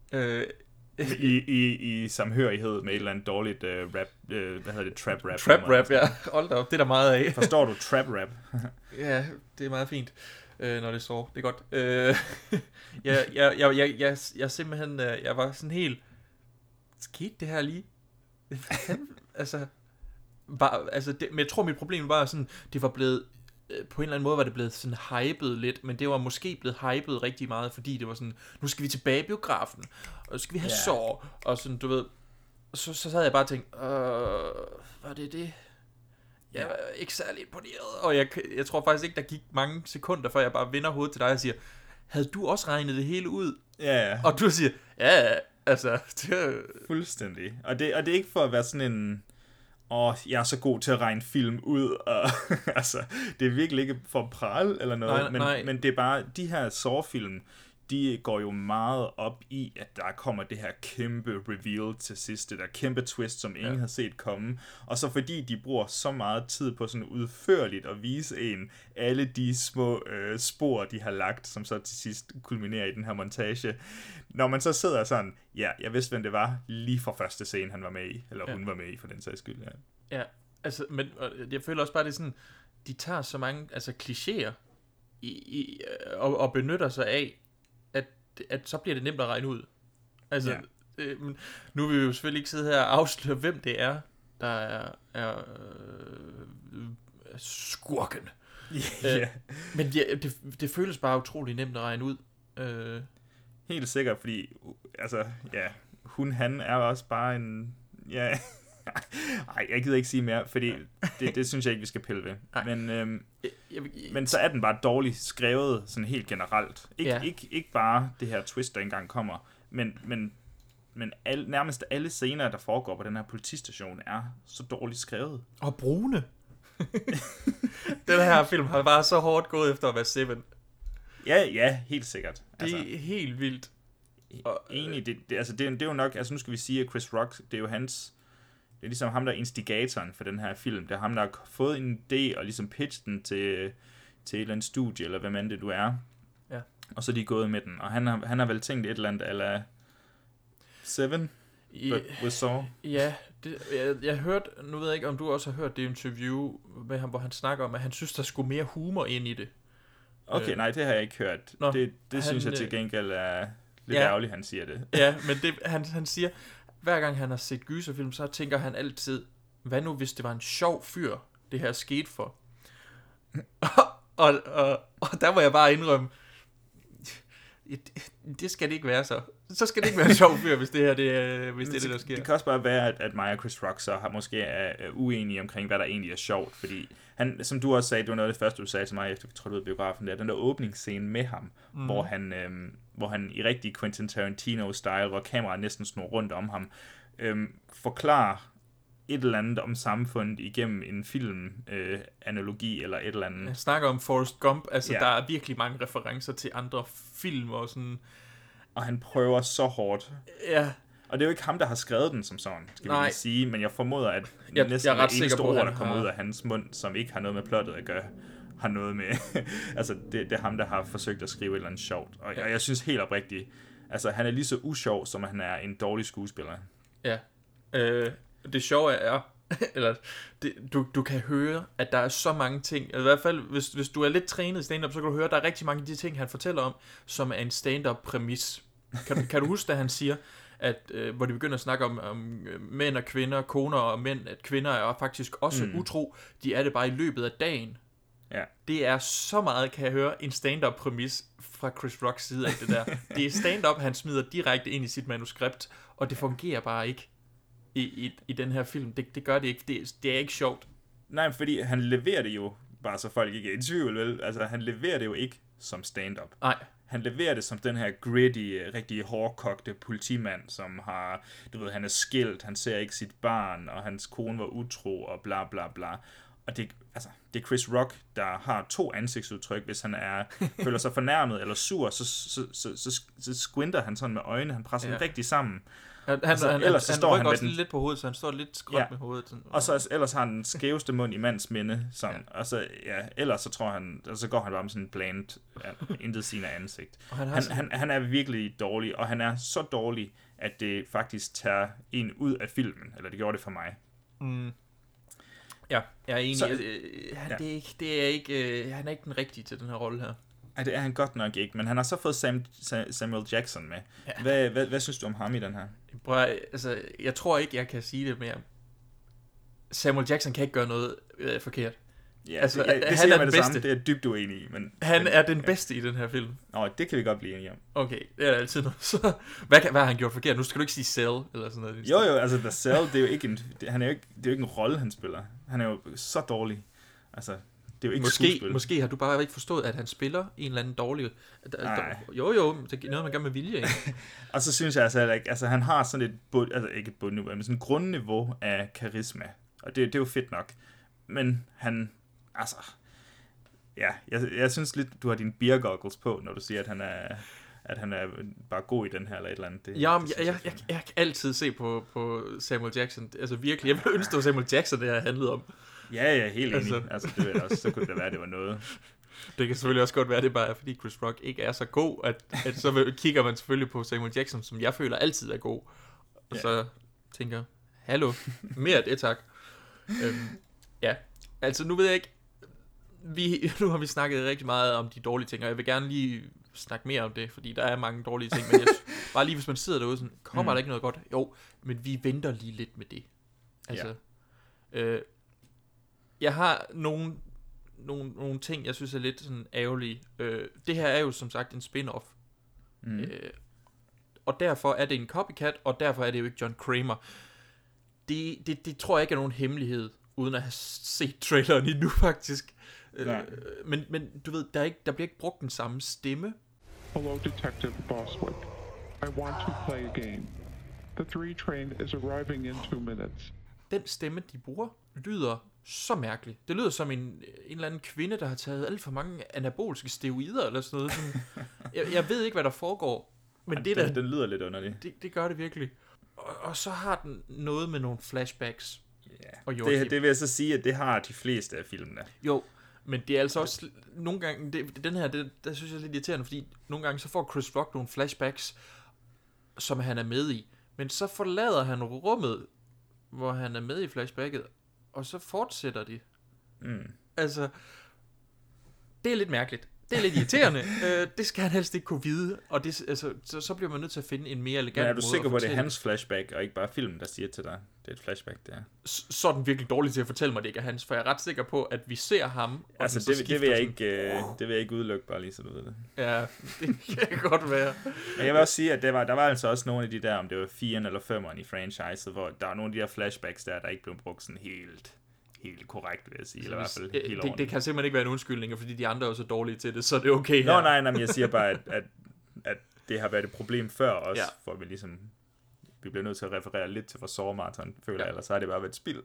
[SPEAKER 3] I samhørighed med et eller andet dårligt rap, hvad hedder det, trap rap?
[SPEAKER 2] Trap rap, ja. Hold da op, det er der meget af.
[SPEAKER 3] Forstår du trap rap?
[SPEAKER 2] Ja, det er meget fint, når det så. Det er godt. Jeg simpelthen, jeg var sådan helt, skete det her lige? Men jeg tror, mit problem var sådan, det var blevet, på en eller anden måde var det blevet sådan hypet lidt, men det var måske blevet hypet rigtig meget, fordi det var sådan, nu skal vi tilbage i biografen, og nu skal vi have Saw, og sådan, du ved, så havde jeg bare tænkt, var det? Jeg var ikke særlig imponeret, og jeg tror faktisk ikke, der gik mange sekunder, før jeg bare vender hovedet til dig og siger, havde du også regnet det hele ud?
[SPEAKER 3] Ja.
[SPEAKER 2] Og du siger, ja, altså, det er...
[SPEAKER 3] Fuldstændig. Og det er ikke for at være sådan en... jeg er så god til at regne film ud, og altså, det er virkelig ikke for at prale eller noget, men det er bare, de her Saw-film, de går jo meget op i, at der kommer det her kæmpe reveal til sidst, det der kæmpe twist, som ingen har set komme, og så fordi de bruger så meget tid på sådan udførligt at vise alle de små spor, de har lagt, som så til sidst kulminerer i den her montage. Når man så sidder sådan, jeg vidste, hvem det var, lige fra første scene, han var med i, eller hun var med i, for den sags skyld. Ja,
[SPEAKER 2] altså, men jeg føler også bare, det er sådan, de tager så mange, altså klichéer, og benytter sig af, at så bliver det nemt at regne ud. Altså, nu vil vi jo selvfølgelig ikke sidde her og afsløre, hvem det er, der er skurken. Men det føles bare utrolig nemt at regne ud.
[SPEAKER 3] Helt sikkert, fordi han er også bare en... Ja... Ej, jeg gider ikke sige mere, fordi det synes jeg ikke, vi skal pille ved. Men så er den bare dårligt skrevet, sådan helt generelt. Ikke bare det her twist, der engang kommer, men nærmest alle scener, der foregår på den her politistation, er så dårligt skrevet.
[SPEAKER 2] Og brune. Den her film har bare så hårdt gået efter at være Seven.
[SPEAKER 3] Ja, helt sikkert.
[SPEAKER 2] Det er helt vildt.
[SPEAKER 3] Enig, det er jo nok, altså nu skal vi sige, at Chris Rock, det er jo hans... Det er ligesom ham, der er instigatoren for den her film. Det er ham, der har fået en idé og ligesom pitchet den til et eller andet studie, eller hvad man det du er.
[SPEAKER 2] Ja.
[SPEAKER 3] Og så er de gået med den. Og han har vel tænkt et eller andet ala Seven, but with Saw.
[SPEAKER 2] Ja, jeg hørte, nu ved jeg ikke, om du også har hørt det interview med ham, hvor han snakker om, at han synes, der skulle mere humor ind i det.
[SPEAKER 3] Okay, nej, det har jeg ikke hørt. Det synes jeg til gengæld er lidt ærgerligt, han siger det.
[SPEAKER 2] Ja, men han siger... Hver gang han har set gyserfilm, så tænker han altid, hvad nu hvis det var en sjov fyr, det her skete for? og der må jeg bare indrømme, det skal det ikke være så. Så skal det ikke være en sjov fyr, hvis det her det er det, der sker.
[SPEAKER 3] Det kan også bare være, at mig og Chris Rock så har måske er uenige omkring, hvad der egentlig er sjovt, fordi han, som du også sagde, det var noget af det første, du sagde til mig, efter vi trådte ud af biografen, der den der åbningsscene med ham, hvor han i rigtig Quentin Tarantino-style, hvor kameraet næsten snor rundt om ham, forklarer et eller andet om samfundet igennem en film-analogi eller et eller andet.
[SPEAKER 2] Jeg snakker om Forrest Gump, altså der er virkelig mange referencer til andre film og sådan.
[SPEAKER 3] Og han prøver så hårdt.
[SPEAKER 2] Ja.
[SPEAKER 3] Og det er jo ikke ham, der har skrevet den som sådan, skal vi lige sige, men jeg formoder, at næsten
[SPEAKER 2] jeg er ret
[SPEAKER 3] det eneste ord, der kommer
[SPEAKER 2] har...
[SPEAKER 3] ud af hans mund, som ikke har noget med plottet at gøre, har noget med, altså det er ham, der har forsøgt at skrive et eller andet sjovt. Og jeg synes helt oprigtigt, altså han er lige så usjov, som han er en dårlig skuespiller.
[SPEAKER 2] Ja. Det sjove er, eller du kan høre, at der er så mange ting, i hvert fald hvis du er lidt trænet i stand-up, så kan du høre, at der er rigtig mange af de ting, han fortæller om, som er en stand-up præmis. Kan du huske, at han siger, at hvor de begynder at snakke om mænd og kvinder, koner og mænd, at kvinder er faktisk også utro, de er det bare i løbet af dagen.
[SPEAKER 3] Ja.
[SPEAKER 2] Det er så meget, kan jeg høre, en stand-up præmis fra Chris Rocks side af det der. Det er stand-up, han smider direkte ind i sit manuskript, og det fungerer bare ikke i den her film. Det gør det ikke. Det er ikke sjovt.
[SPEAKER 3] Nej, fordi han leverer det jo, bare så folk ikke er i tvivl, vel? Altså, han leverer det jo ikke som stand-up.
[SPEAKER 2] Nej.
[SPEAKER 3] Han leverer det som den her gritty, rigtig hårdkogte politimand, som har, du ved, han er skilt, han ser ikke sit barn, og hans kone var utro, og bla bla bla. Og det er Chris Rock, der har 2 ansigtsudtryk. Hvis han føler sig fornærmet eller sur, så squinter han sådan med øjnene, han presser dem rigtig sammen.
[SPEAKER 2] Han står han også lidt på hovedet, så han står lidt skråt med hovedet. Sådan.
[SPEAKER 3] Og så ellers har han den skæveste mund i mands minde. Sådan. Og så, ellers så tror han, så går han bare med sådan en bland, intet sigende ansigt. Han er virkelig dårlig, og han er så dårlig, at det faktisk tager en ud af filmen. Eller det gjorde det for mig.
[SPEAKER 2] Ja, jeg er enig. Han er ikke den rigtige til den her rolle her.
[SPEAKER 3] Nej, det er han godt nok ikke, men han har så fået Samuel Jackson med. Ja. Hvad synes du om ham i den her?
[SPEAKER 2] Jeg tror ikke, jeg kan sige det mere. Samuel Jackson kan ikke gøre noget forkert.
[SPEAKER 3] Ja, det siger man det bedste. Samme. Det er jeg dybt uenig i.
[SPEAKER 2] Han er den bedste i den her film.
[SPEAKER 3] Det kan vi godt blive enige om.
[SPEAKER 2] Okay, det er altid noget. Så, hvad har han gjort forkert? Nu skal du ikke sige Cell eller sådan noget.
[SPEAKER 3] Jo, altså The Cell, det er jo ikke det er jo ikke en rolle, han spiller. Han er jo så dårlig. Altså, det er jo ikke skuespil.
[SPEAKER 2] Måske har du bare ikke forstået, at han spiller en eller anden dårlig... Jo, det er noget, man gør med vilje, ikke?
[SPEAKER 3] Og så synes jeg altså han har sådan et ikke et bundniveau, men sådan et grundniveau af karisma. Og det er jo fedt nok. Men han... Altså... Ja, jeg synes lidt, du har dine beer goggles på, når du siger, at han er bare god i den her, eller et eller andet.
[SPEAKER 2] Jeg kan altid se på Samuel Jackson. Altså virkelig, jeg vil ønske, det var Samuel Jackson, det her handlede om.
[SPEAKER 3] Ja, helt enig. Altså det ved også, så kunne det være, det var noget.
[SPEAKER 2] Det kan selvfølgelig også godt være, det bare er, fordi Chris Rock ikke er så god, at så kigger man selvfølgelig på Samuel Jackson, som jeg føler altid er god. Og så tænker, hallo, mere af det, tak. Altså nu ved jeg ikke, Nu har vi snakket rigtig meget om de dårlige ting, og jeg vil gerne lige snakke mere om det, fordi der er mange dårlige ting, men bare lige hvis man sidder derude sådan, kommer der ikke noget godt? Jo, men vi venter lige lidt med det. Altså, jeg har nogle ting, jeg synes er lidt sådan ærgerlige. Det her er jo som sagt en spin-off. Og derfor er det en copycat, og derfor er det jo ikke John Kramer. Det tror jeg ikke er nogen hemmelighed, uden at have set traileren endnu faktisk. Men du ved, der bliver ikke brugt den samme stemme.
[SPEAKER 9] Hello, Detective Boswick. I want to play a game. The 3 train is arriving in 2 minutes.
[SPEAKER 2] Den stemme, de bruger, lyder så mærkeligt. Det lyder som en eller anden kvinde, der har taget alt for mange anabolske steroider eller sådan noget. Sådan, jeg ved ikke, hvad der foregår. Men
[SPEAKER 3] den lyder lidt underligt.
[SPEAKER 2] Det gør det virkelig. Og så har den noget med nogle flashbacks.
[SPEAKER 3] Og det vil jeg så sige, at det har de fleste af filmene.
[SPEAKER 2] Jo, men det er altså også nogle gange, den her, der synes jeg er lidt irriterende, fordi nogle gange så får Chris Rock nogle flashbacks, som han er med i. Men så forlader han rummet, hvor han er med i flashbacket, og så fortsætter de. Altså, det er lidt mærkeligt. Det er lidt irriterende. Det skal han helst ikke kunne vide, og det, altså, så bliver man nødt til at finde en mere elegant måde.
[SPEAKER 3] Men er du sikker på, at det er hans flashback, og ikke bare filmen, der siger til dig, det er et flashback, det er?
[SPEAKER 2] Så er den virkelig dårlig til at fortælle mig, det ikke er hans, for jeg er ret sikker på, at vi ser ham. Og
[SPEAKER 3] altså, det vil jeg ikke udelukke, bare lige så du ved det.
[SPEAKER 2] Ja, det kan godt være.
[SPEAKER 3] Men jeg vil også sige, at der var altså også nogle af de der, om det var 4'eren eller 5'eren i franchiset, hvor der var nogle af de der flashbacks der ikke blev brugt sådan helt korrekt, vil jeg sige, eller i hvert fald helt ordentligt.
[SPEAKER 2] Det kan simpelthen ikke være en undskyldning, fordi de andre er jo så dårlige til det, så det er okay her.
[SPEAKER 3] Nå, nej, men jeg siger bare, at det har været et problem før også, for vi ligesom, vi bliver nødt til at referere lidt til for Saw-marathon, føler jeg, ellers så har det bare været spild.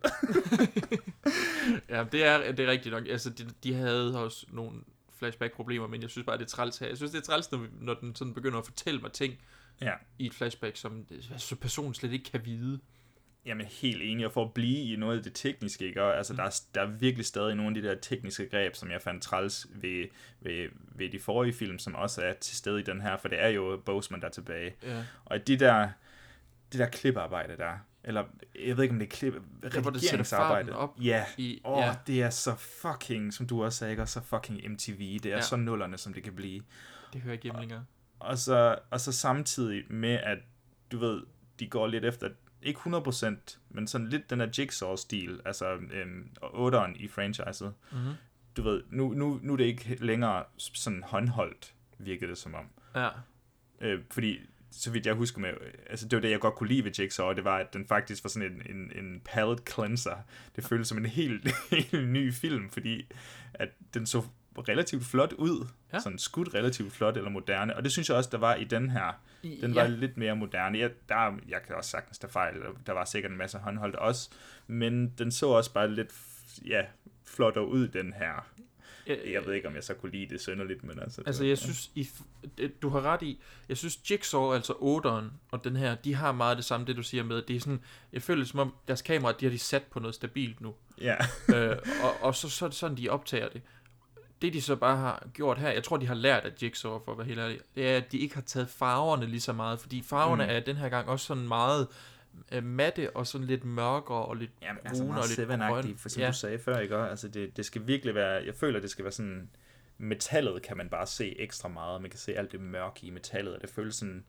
[SPEAKER 2] Ja, det er rigtigt nok. Altså, de havde også nogle flashback-problemer, men jeg synes bare, det er træls her. Jeg synes, det er træls, når den sådan begynder at fortælle mig ting i et flashback, som personen slet ikke kan vide.
[SPEAKER 3] Jamen helt enig, og for at blive i noget af det tekniske, ikke? Og, altså, der er virkelig stadig nogle af de der tekniske greb, som jeg fandt træls ved de forrige film, som også er til stede i den her, for det er jo Boseman, der er tilbage.
[SPEAKER 2] Ja.
[SPEAKER 3] Og det der kliparbejde der, eller jeg ved ikke, om det er redigeringsarbejde. Det er så fucking, som du også sagde, ikke? Så fucking MTV, det er så nullerne, som det kan blive.
[SPEAKER 2] Det hører ikke hjemme længere. Og
[SPEAKER 3] så samtidig med, at du ved, de går lidt efter, ikke 100%, men sådan lidt den her Jigsaw-stil, altså 8'eren i franchiset. Mm-hmm. Du ved, nu er det ikke længere sådan håndholdt, virkede det som om.
[SPEAKER 2] Ja.
[SPEAKER 3] Fordi, så vidt jeg husker med, altså det var det, jeg godt kunne lide ved Jigsaw, det var, at den faktisk var sådan en palette cleanser. Det føltes som en helt ny film, fordi at den så relativt flot ud. Ja. Sådan skudt relativt flot eller moderne. Og det synes jeg også, der var i den her. Den var lidt mere moderne. Jeg kan også sagtens tage fejl. Der var sikkert en masse håndholdt også. Men den så også bare lidt flottere ud, den her. Jeg ved ikke, om jeg så kunne lide det synderligt, men altså
[SPEAKER 2] jeg synes, du har ret i, jeg synes Jigsaw, altså 8'eren og den her, de har meget det samme, det du siger med, det er sådan, jeg føler som om, deres kamera, de har de sat på noget stabilt nu.
[SPEAKER 3] Ja.
[SPEAKER 2] Og så er det sådan, de optager det. Det de så bare har gjort her, jeg tror de har lært af Jigsaw, for at være helt ærlig, det er, at de ikke har taget farverne lige så meget, fordi farverne er den her gang også sådan meget matte og sådan lidt mørkere og lidt brune og lidt grøn.
[SPEAKER 3] For som du sagde før, ikke? Altså det skal virkelig være, jeg føler det skal være sådan, metallet kan man bare se ekstra meget, man kan se alt det mørke i metallet, og det føles sådan,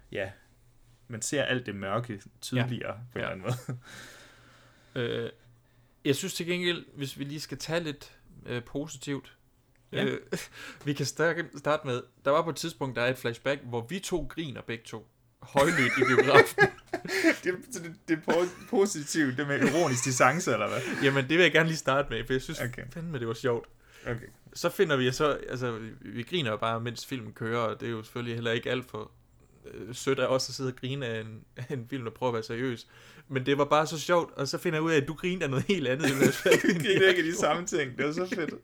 [SPEAKER 3] man ser alt det mørke tydeligere på en eller anden måde.
[SPEAKER 2] Jeg synes til gengæld, hvis vi lige skal tage lidt positivt, vi kan starte med, der var på et tidspunkt, der er et flashback, hvor vi to griner begge to højlydt i biografen.
[SPEAKER 3] det er positivt, det med ironisk distance, eller hvad?
[SPEAKER 2] Jamen, det vil jeg gerne lige starte med, for jeg synes fandme, det var sjovt.
[SPEAKER 3] Okay.
[SPEAKER 2] Så finder vi så, altså, vi griner jo bare, mens filmen kører, og det er jo selvfølgelig heller ikke alt for sødt af os at sidde og grine af en film, der prøver at være seriøs. Men det var bare så sjovt, og så finder jeg ud af, at du griner af noget helt andet.
[SPEAKER 3] Griner ikke af de samme ting, det var så fedt.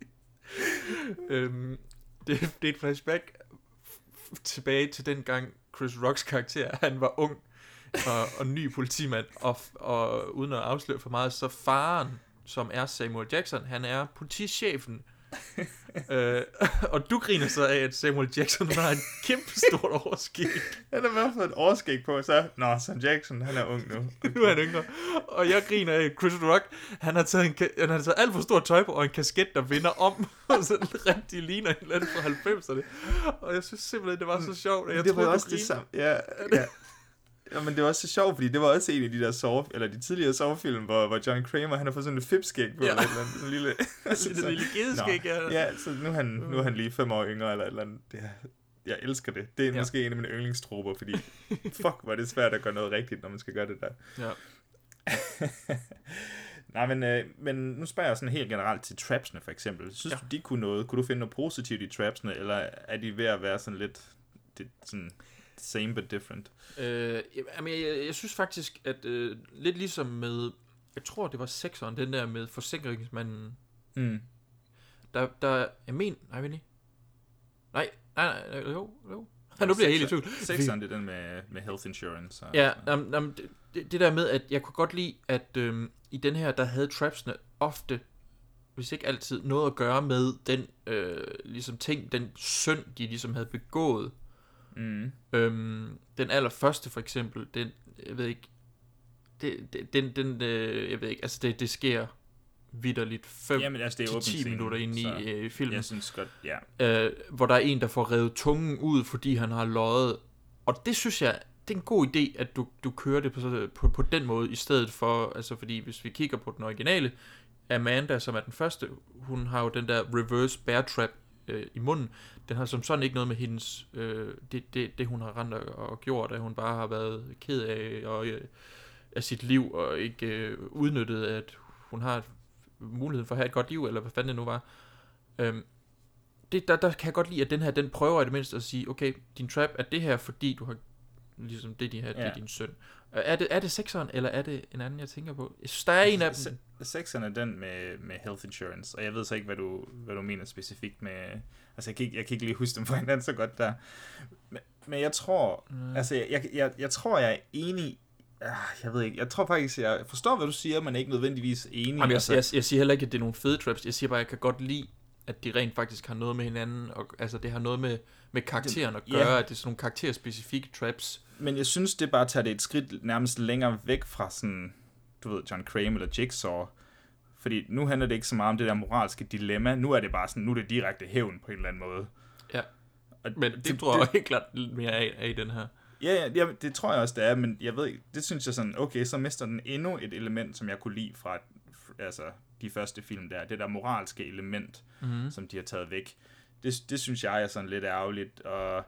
[SPEAKER 2] Det er et flashback tilbage til den gang Chris Rocks karakter, han var ung og ny politimand, og uden at afsløre for meget, så faren, som er Samuel Jackson, han er politichefen Og du griner så af, at Samuel Jackson har et kæmpe stort overskæg.
[SPEAKER 3] Han har i hvert fald et overskæg på, så... Nå, Sam Jackson, han er ung nu.
[SPEAKER 2] Nu er han yngre. Og jeg griner af Chris Rock. Han har taget alt for stort tøj på, og en kasket, der vinder om. Og så rigtig ligner en eller anden fra 90'erne. Og jeg synes simpelthen, det var så sjovt. Jeg
[SPEAKER 3] det var også det samme. Ja. Ja, men det var også så sjovt, fordi det var også en af de der de tidligere sovefilm, hvor John Kramer, han har fået sådan en fipskæg på, eller et eller andet, sådan en lille
[SPEAKER 2] gedeskæg,
[SPEAKER 3] ja, så nu er han lige 5 år yngre, eller et eller andet. Jeg elsker det. Det er måske en af mine yndlingstroper, fordi fuck, hvor er det svært at gøre noget rigtigt, når man skal gøre det der.
[SPEAKER 2] Ja.
[SPEAKER 3] Nej, men nu spørger jeg sådan helt generelt til trapsene, for eksempel. Synes du, de kunne noget? Kunne du finde noget positivt i trapsene, eller er de ved at være sådan lidt... sådan same but different?
[SPEAKER 2] Jeg synes faktisk, at lidt ligesom med, jeg tror det var 6'eren, den der med forsikringsmanden. Der jeg mener, nej, jo. Nu bliver jeg helt i tvivl.
[SPEAKER 3] 6'eren, det er den med health insurance.
[SPEAKER 2] Ja, det der med, at jeg kunne godt lide, at i den her, der havde trapsene ofte, hvis ikke altid, noget at gøre med den ligesom ting, den synd, de ligesom havde begået. Den allerførste for eksempel, den, jeg ved ikke, jeg ved ikke, altså det sker vitterligt 5-10 minutter ind i filmen.
[SPEAKER 3] Jeg synes godt, ja.
[SPEAKER 2] Hvor der er en, der får revet tungen ud, fordi han har løjet. Og det synes jeg, det er en god idé, at du kører det på den måde, i stedet for, altså fordi hvis vi kigger på den originale, Amanda, som er den første, hun har jo den der reverse bear trap i munden. Den har som sådan ikke noget med hendes det hun har rendt og gjort, at hun bare har været ked af sit liv og ikke udnyttet, at hun har muligheden for at have et godt liv, eller hvad fanden det nu var. Der kan jeg godt lide, at den her, den prøver i det mindste at sige, okay, din trap er det her, fordi du har ligesom det er din søn. Er det 6'eren, eller er det en anden, jeg tænker på? Jeg synes, der er en af dem.
[SPEAKER 3] 6'eren er den med health insurance, og jeg ved så ikke, hvad du mener specifikt med... Altså, jeg kan ikke lige huske dem for hinanden så godt der. Men jeg tror... Altså, jeg tror, jeg er enig... Jeg ved ikke. Jeg tror faktisk, jeg forstår, hvad du siger, men er ikke nødvendigvis enig.
[SPEAKER 2] Jamen, jeg siger heller ikke, at det er nogle fede traps. Jeg siger bare, at jeg kan godt lide, at de rent faktisk har noget med hinanden, og altså det har noget med karakteren at gøre, at det er sådan nogle karakterspecifikke traps.
[SPEAKER 3] Men jeg synes, det bare tager det et skridt nærmest længere væk fra sådan, du ved, John Kramer eller Jigsaw. Fordi nu handler det ikke så meget om det der moralske dilemma. Nu er det bare sådan, nu er det direkte hævn på en eller anden måde.
[SPEAKER 2] Ja, men det tror jeg helt klart lidt mere af i den her.
[SPEAKER 3] Ja, det tror jeg også, det er, men jeg ved ikke, det synes jeg sådan, okay, så mister den endnu et element, som jeg kunne lide fra altså, de første film der. Det der moralske element, som de har taget væk. Det synes jeg er sådan lidt ærgerligt, og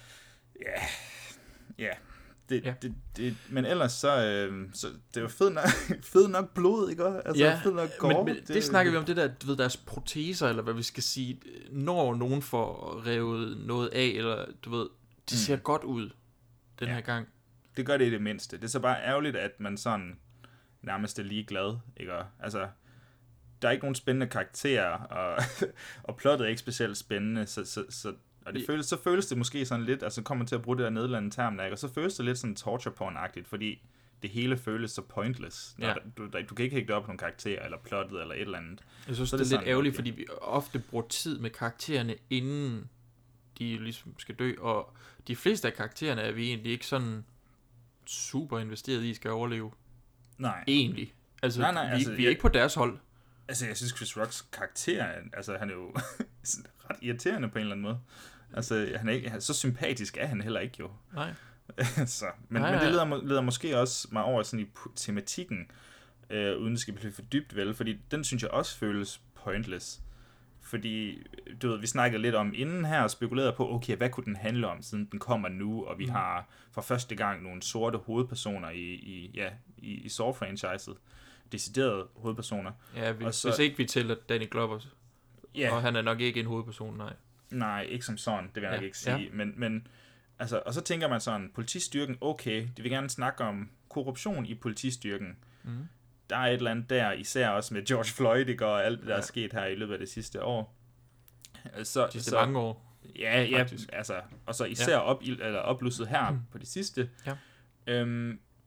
[SPEAKER 3] men ellers så det er jo fed nok blod, ikke? Altså fed nok gore.
[SPEAKER 2] Men det snakker vi om, det der, du ved, deres proteser, eller hvad vi skal sige, når nogen får revet noget af, eller du ved, de ser godt ud den her gang.
[SPEAKER 3] Det gør det i det mindste. Det er så bare ærgerligt, at man sådan nærmest er ligeglad, ikke? Altså, der er ikke nogen spændende karakterer, og plottet er ikke specielt spændende, og det føles det måske sådan lidt, altså kommer til at bruge det der nederlandske term, og så føles det lidt sådan torture porn-agtigt, fordi det hele føles så pointless. Du kan ikke hægte op på nogle karakterer, eller plottet, eller et eller andet.
[SPEAKER 2] Jeg synes, det er lidt ærgerligt, fordi vi ofte bruger tid med karaktererne, inden de ligesom skal dø, og de fleste af karaktererne er vi egentlig ikke sådan super investeret i, skal overleve.
[SPEAKER 3] Nej.
[SPEAKER 2] Egentlig. Altså,
[SPEAKER 3] nej,
[SPEAKER 2] vi er ikke på deres hold.
[SPEAKER 3] Altså, jeg synes, Chris Rocks karakter, altså, han er jo ret irriterende på en eller anden måde. Altså, han er ikke, så sympatisk er han heller ikke jo.
[SPEAKER 2] Nej.
[SPEAKER 3] Men det leder måske også mig over sådan i tematikken, uden det skal blive for dybt vel, fordi den synes jeg også føles pointless. Fordi, du ved, vi snakkede lidt om inden her og spekulerede på, okay, hvad kunne den handle om, siden den kommer nu, og vi har for første gang nogle sorte hovedpersoner i Saw-franchiset. Deciderede hovedpersoner.
[SPEAKER 2] Ja, hvis ikke vi tæller Danny Glover, og han er nok ikke en hovedperson, nej.
[SPEAKER 3] Nej, ikke som sådan, det vil jeg nok ikke sige. Men altså, og så tænker man sådan, politistyrken, okay, de vil gerne snakke om korruption i politistyrken. Der er et eller andet der, især også med George Floyd, ikke, og alt det, der er sket her i løbet af det sidste år.
[SPEAKER 2] Så mange år.
[SPEAKER 3] Ja, altså, og så især opblusset her på det sidste.
[SPEAKER 2] Ja.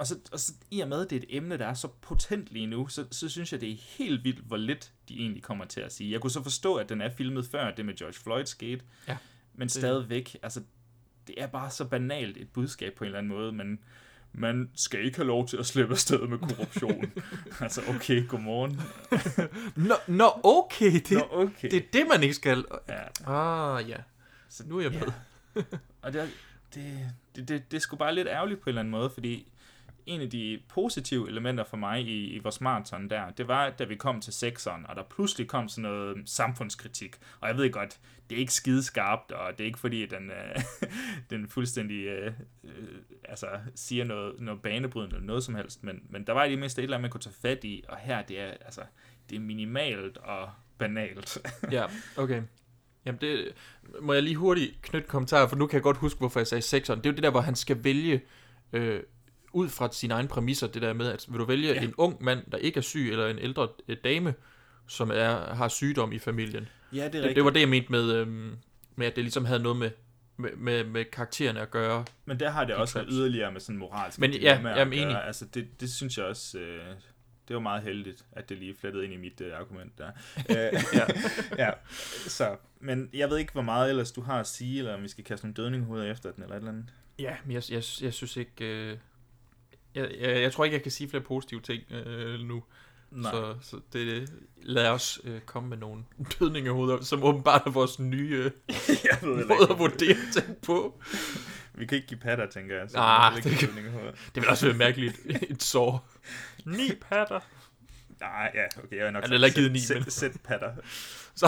[SPEAKER 3] Og så i og med, at det er et emne, der er så potent lige nu, så synes jeg, det er helt vildt, hvor lidt de egentlig kommer til at sige. Jeg kunne så forstå, at den er filmet før det med George Floyd skete, men stadigvæk, altså, det er bare så banalt et budskab på en eller anden måde, men man skal ikke have lov til at slippe afsted med korruption. Altså, okay, godmorgen.
[SPEAKER 2] Okay.
[SPEAKER 3] Okay.
[SPEAKER 2] Det er det, man ikke skal.
[SPEAKER 3] Ja.
[SPEAKER 2] Ja. Så nu er jeg med.
[SPEAKER 3] Og det er sgu bare lidt ærgerligt på en eller anden måde, fordi en af de positive elementer for mig i vores marathon der, det var, da vi kom til 6'eren, og der pludselig kom sådan noget samfundskritik. Og jeg ved godt, det er ikke skideskarpt, og det er ikke fordi, den fuldstændig siger noget banebrydende eller noget som helst, men der var i det mindste et eller andet, man kunne tage fat i, og her, det er minimalt og banalt.
[SPEAKER 2] Ja, okay. Jamen det må jeg lige hurtigt knytte kommentarer, for nu kan jeg godt huske, hvorfor jeg sagde 6'eren. Det er jo det der, hvor han skal vælge ud fra sine egne præmisser, det der med, at vil du vælge en ung mand, der ikke er syg, eller en ældre dame, som har sygdom i familien.
[SPEAKER 3] Ja, det er rigtigt.
[SPEAKER 2] Det var det, jeg mente med at det ligesom havde noget med karaktererne at gøre.
[SPEAKER 3] Men der har det også været yderligere med sådan moralsk.
[SPEAKER 2] Men ja, jeg er enig.
[SPEAKER 3] Altså det synes jeg også, det var meget heldigt, at det lige flettede ind i mit argument der. Ja, så. Men jeg ved ikke, hvor meget ellers du har at sige, eller om vi skal kaste nogle dødninghoveder efter den, eller et eller andet.
[SPEAKER 2] Ja, men jeg synes ikke... Jeg tror ikke, jeg kan sige flere positive ting nu. Så det lader os komme med nogle dødningehoveder, som åbenbart er vores nye måde at vurdere ting på.
[SPEAKER 3] Vi kan ikke give patter, tænker jeg.
[SPEAKER 2] Det vil også være mærkeligt. Et sår. 9 patter.
[SPEAKER 3] Nej, ja, okay, jeg er nok
[SPEAKER 2] han har givet 9, men...
[SPEAKER 3] Sæt patter.
[SPEAKER 2] Så...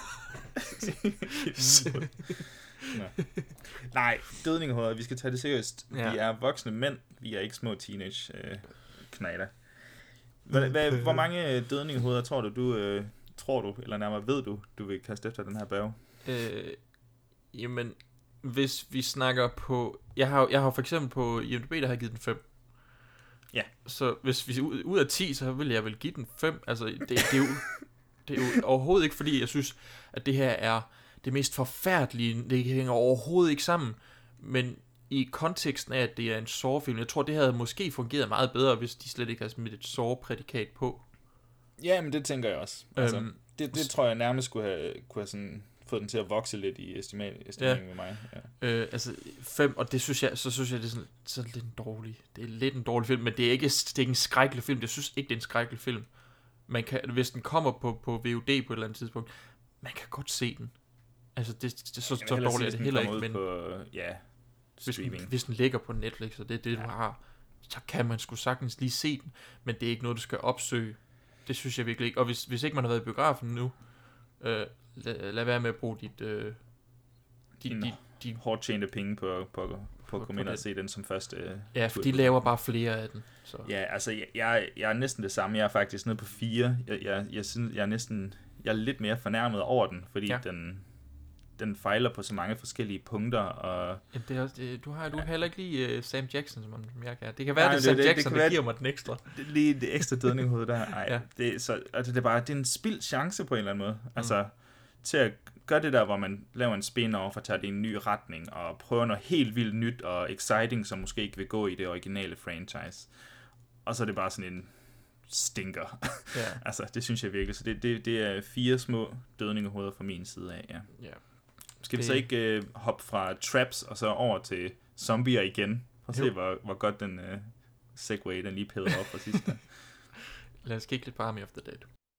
[SPEAKER 3] Nej, dødningehoveder, vi skal tage det seriøst. Ja. Vi er voksne mænd, vi er ikke små teenage knejder. Hvor mange dødningehoveder tror du, eller nærmere ved du vil kaste efter den her bag?
[SPEAKER 2] Jamen, hvis vi snakker på... Jeg har for eksempel på IMDb, der har givet den 5.
[SPEAKER 3] Ja.
[SPEAKER 2] Så hvis vi ud af 10, så vil jeg vel give den 5. Altså, det er jo overhovedet ikke, fordi jeg synes, at det her er det mest forfærdelige. Det hænger overhovedet ikke sammen. Men i konteksten af, at det er en Saw-film, jeg tror, det havde måske fungeret meget bedre, hvis de slet ikke havde smidt et Saw-prædikat på.
[SPEAKER 3] Ja, men det tænker jeg også. Altså, det tror jeg nærmest kunne have sådan fået den til at vokse lidt i estimeringen med mig. Ja.
[SPEAKER 2] Altså 5, og det synes jeg, det er sådan lidt en dårlig. Det er lidt en dårlig film, men det er ikke en skrækkelig film. Jeg synes ikke, det er en skrækkelig film. Man kan, hvis den kommer på VOD på et eller andet tidspunkt, man kan godt se den. Altså det så dårligt er det heller ikke, men
[SPEAKER 3] på,
[SPEAKER 2] hvis den ligger på Netflix, og det er det, du har, så kan man sgu sagtens lige se den, men det er ikke noget, du skal opsøge. Det synes jeg virkelig ikke. Og hvis ikke man har været i biografen nu, lad være med at bruge dit
[SPEAKER 3] hårdt tjente penge på at komme ind og se den som første.
[SPEAKER 2] Ja, for de laver bare flere af den. Så.
[SPEAKER 3] Ja, altså jeg er næsten det samme. Jeg er faktisk nede på 4. Jeg synes, jeg er lidt mere fornærmet over den, fordi den fejler på så mange forskellige punkter. Og
[SPEAKER 2] jamen, det er også, du har heller ikke lige Sam Jackson, som jeg kan. Det kan være, det Sam Jackson, der giver mig den ekstra.
[SPEAKER 3] Lige det ekstra dødninghoved der. Ej, det er en spildt chance på en eller anden måde. Altså, til at gøre det der, hvor man laver en spin-off og tager det i en ny retning, og prøver noget helt vildt nyt og exciting, som måske ikke vil gå i det originale franchise. Og så er det bare sådan en stinker. Ja. Altså, det synes jeg virkelig. Så det er 4 små dødningehoveder fra min side af, ja. Skal vi så ikke hoppe fra traps og så over til zombier igen? Prøv at se, hvor godt den segway, den lige pæder op fra sidst.
[SPEAKER 2] Lad os kigge lidt på Army of the Dead.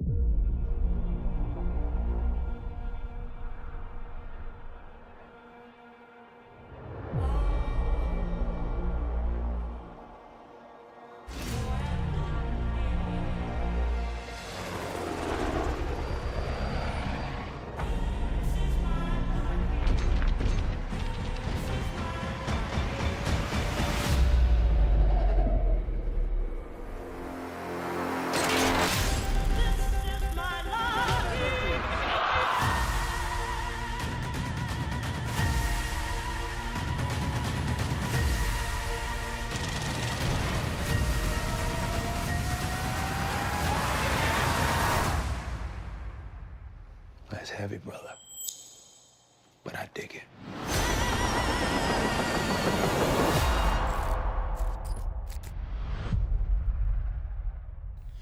[SPEAKER 8] That's heavy, brother. But I dig it.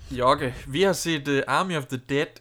[SPEAKER 2] Jokke, vi har set Army of the Dead,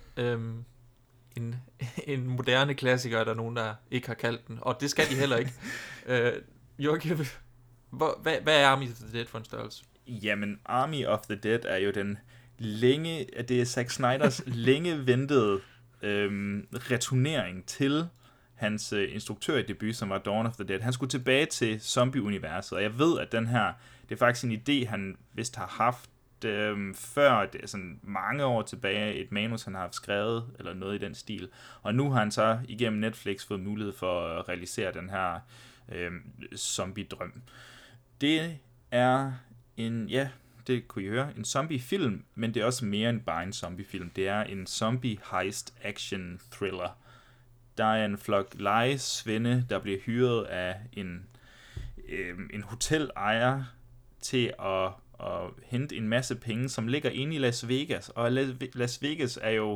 [SPEAKER 2] en moderne klassiker, er der nogen, der ikke har kaldt den, og det skal de heller ikke. Jokke, hvad er Army of the Dead for en størrelse?
[SPEAKER 3] Jamen, Army of the Dead er jo det er Zack Snyders længe ventede returnering til hans instruktørdebut, som var Dawn of the Dead. Han skulle tilbage til zombie-universet, og jeg ved, at det er faktisk en idé, han vist har haft før, det er sådan mange år tilbage, et manus, han har skrevet, eller noget i den stil. Og nu har han så igennem Netflix fået mulighed for at realisere den her zombie-drøm. Det er det kunne I høre, en zombie-film, men det er også mere end bare en zombie-film. Det er en zombie-heist-action-thriller. Der er en flok lejesvende, der bliver hyret af en hotelejer til at hente en masse penge, som ligger inde i Las Vegas. Og Las Vegas er jo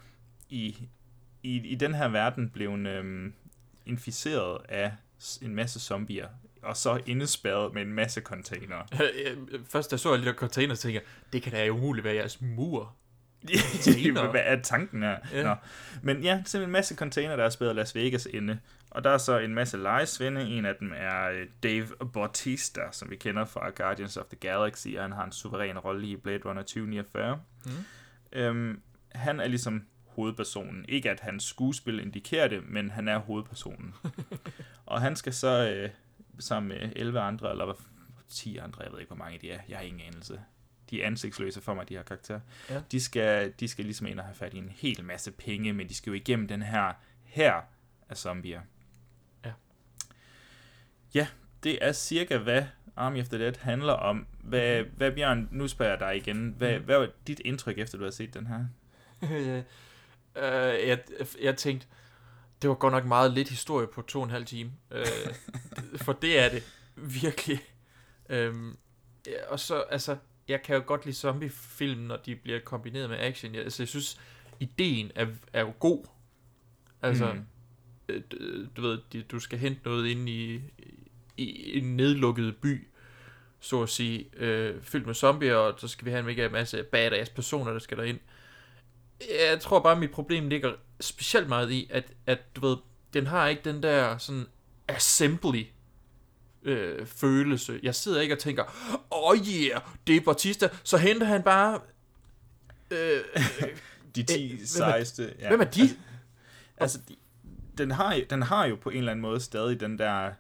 [SPEAKER 3] i den her verden blevet inficeret af en masse zombier, og så indespærret med en masse containere.
[SPEAKER 2] Først da så jeg lidt af container, tænker jeg, det kan da umuligt være jeres mur.
[SPEAKER 3] Hvad er tanken her? Ja. Nå. Men ja, simpelthen en masse container, der er spærret Las Vegas inde. Og der er så en masse lejesvende. En af dem er Dave Bautista, som vi kender fra Guardians of the Galaxy, og han har en suveræn rolle i Blade Runner 2049. Han er ligesom hovedpersonen. Ikke at hans skuespil indikerer det, men han er hovedpersonen. Og han skal så sammen med 11 andre, eller 10 andre, jeg ved ikke, hvor mange de er. Jeg har ingen anelse. De er ansigtsløse for mig, de her karakterer. Ja. De skal ligesom ind og have fat i en hel masse penge, men de skal jo igennem den her af zombier. Ja, det er cirka, hvad Army of the Dead handler om. Hvad Bjørn, nu spørger jeg dig igen. Hvad var dit indtryk, efter du har set den her?
[SPEAKER 2] Jeg tænkte, det var godt nok meget lidt historie på 2,5 timer. For det er det virkelig. Og så, altså, jeg kan jo godt lide zombiefilm, når de bliver kombineret med action. Jeg synes, ideen er jo god. Altså, du ved, du skal hente noget inde i en nedlukket by, så at sige, fyldt med zombier, og så skal vi have en masse badass personer, der skal derind. Jeg tror bare, mit problem ligger specielt meget i, at du ved, den har ikke den der sådan assembly følelse. Jeg sidder ikke og tænker, det er Bautista, så henter han bare
[SPEAKER 3] de 10 sejeste.
[SPEAKER 2] Hvem er de?
[SPEAKER 3] Altså, den har jo på en eller anden måde stadig den der,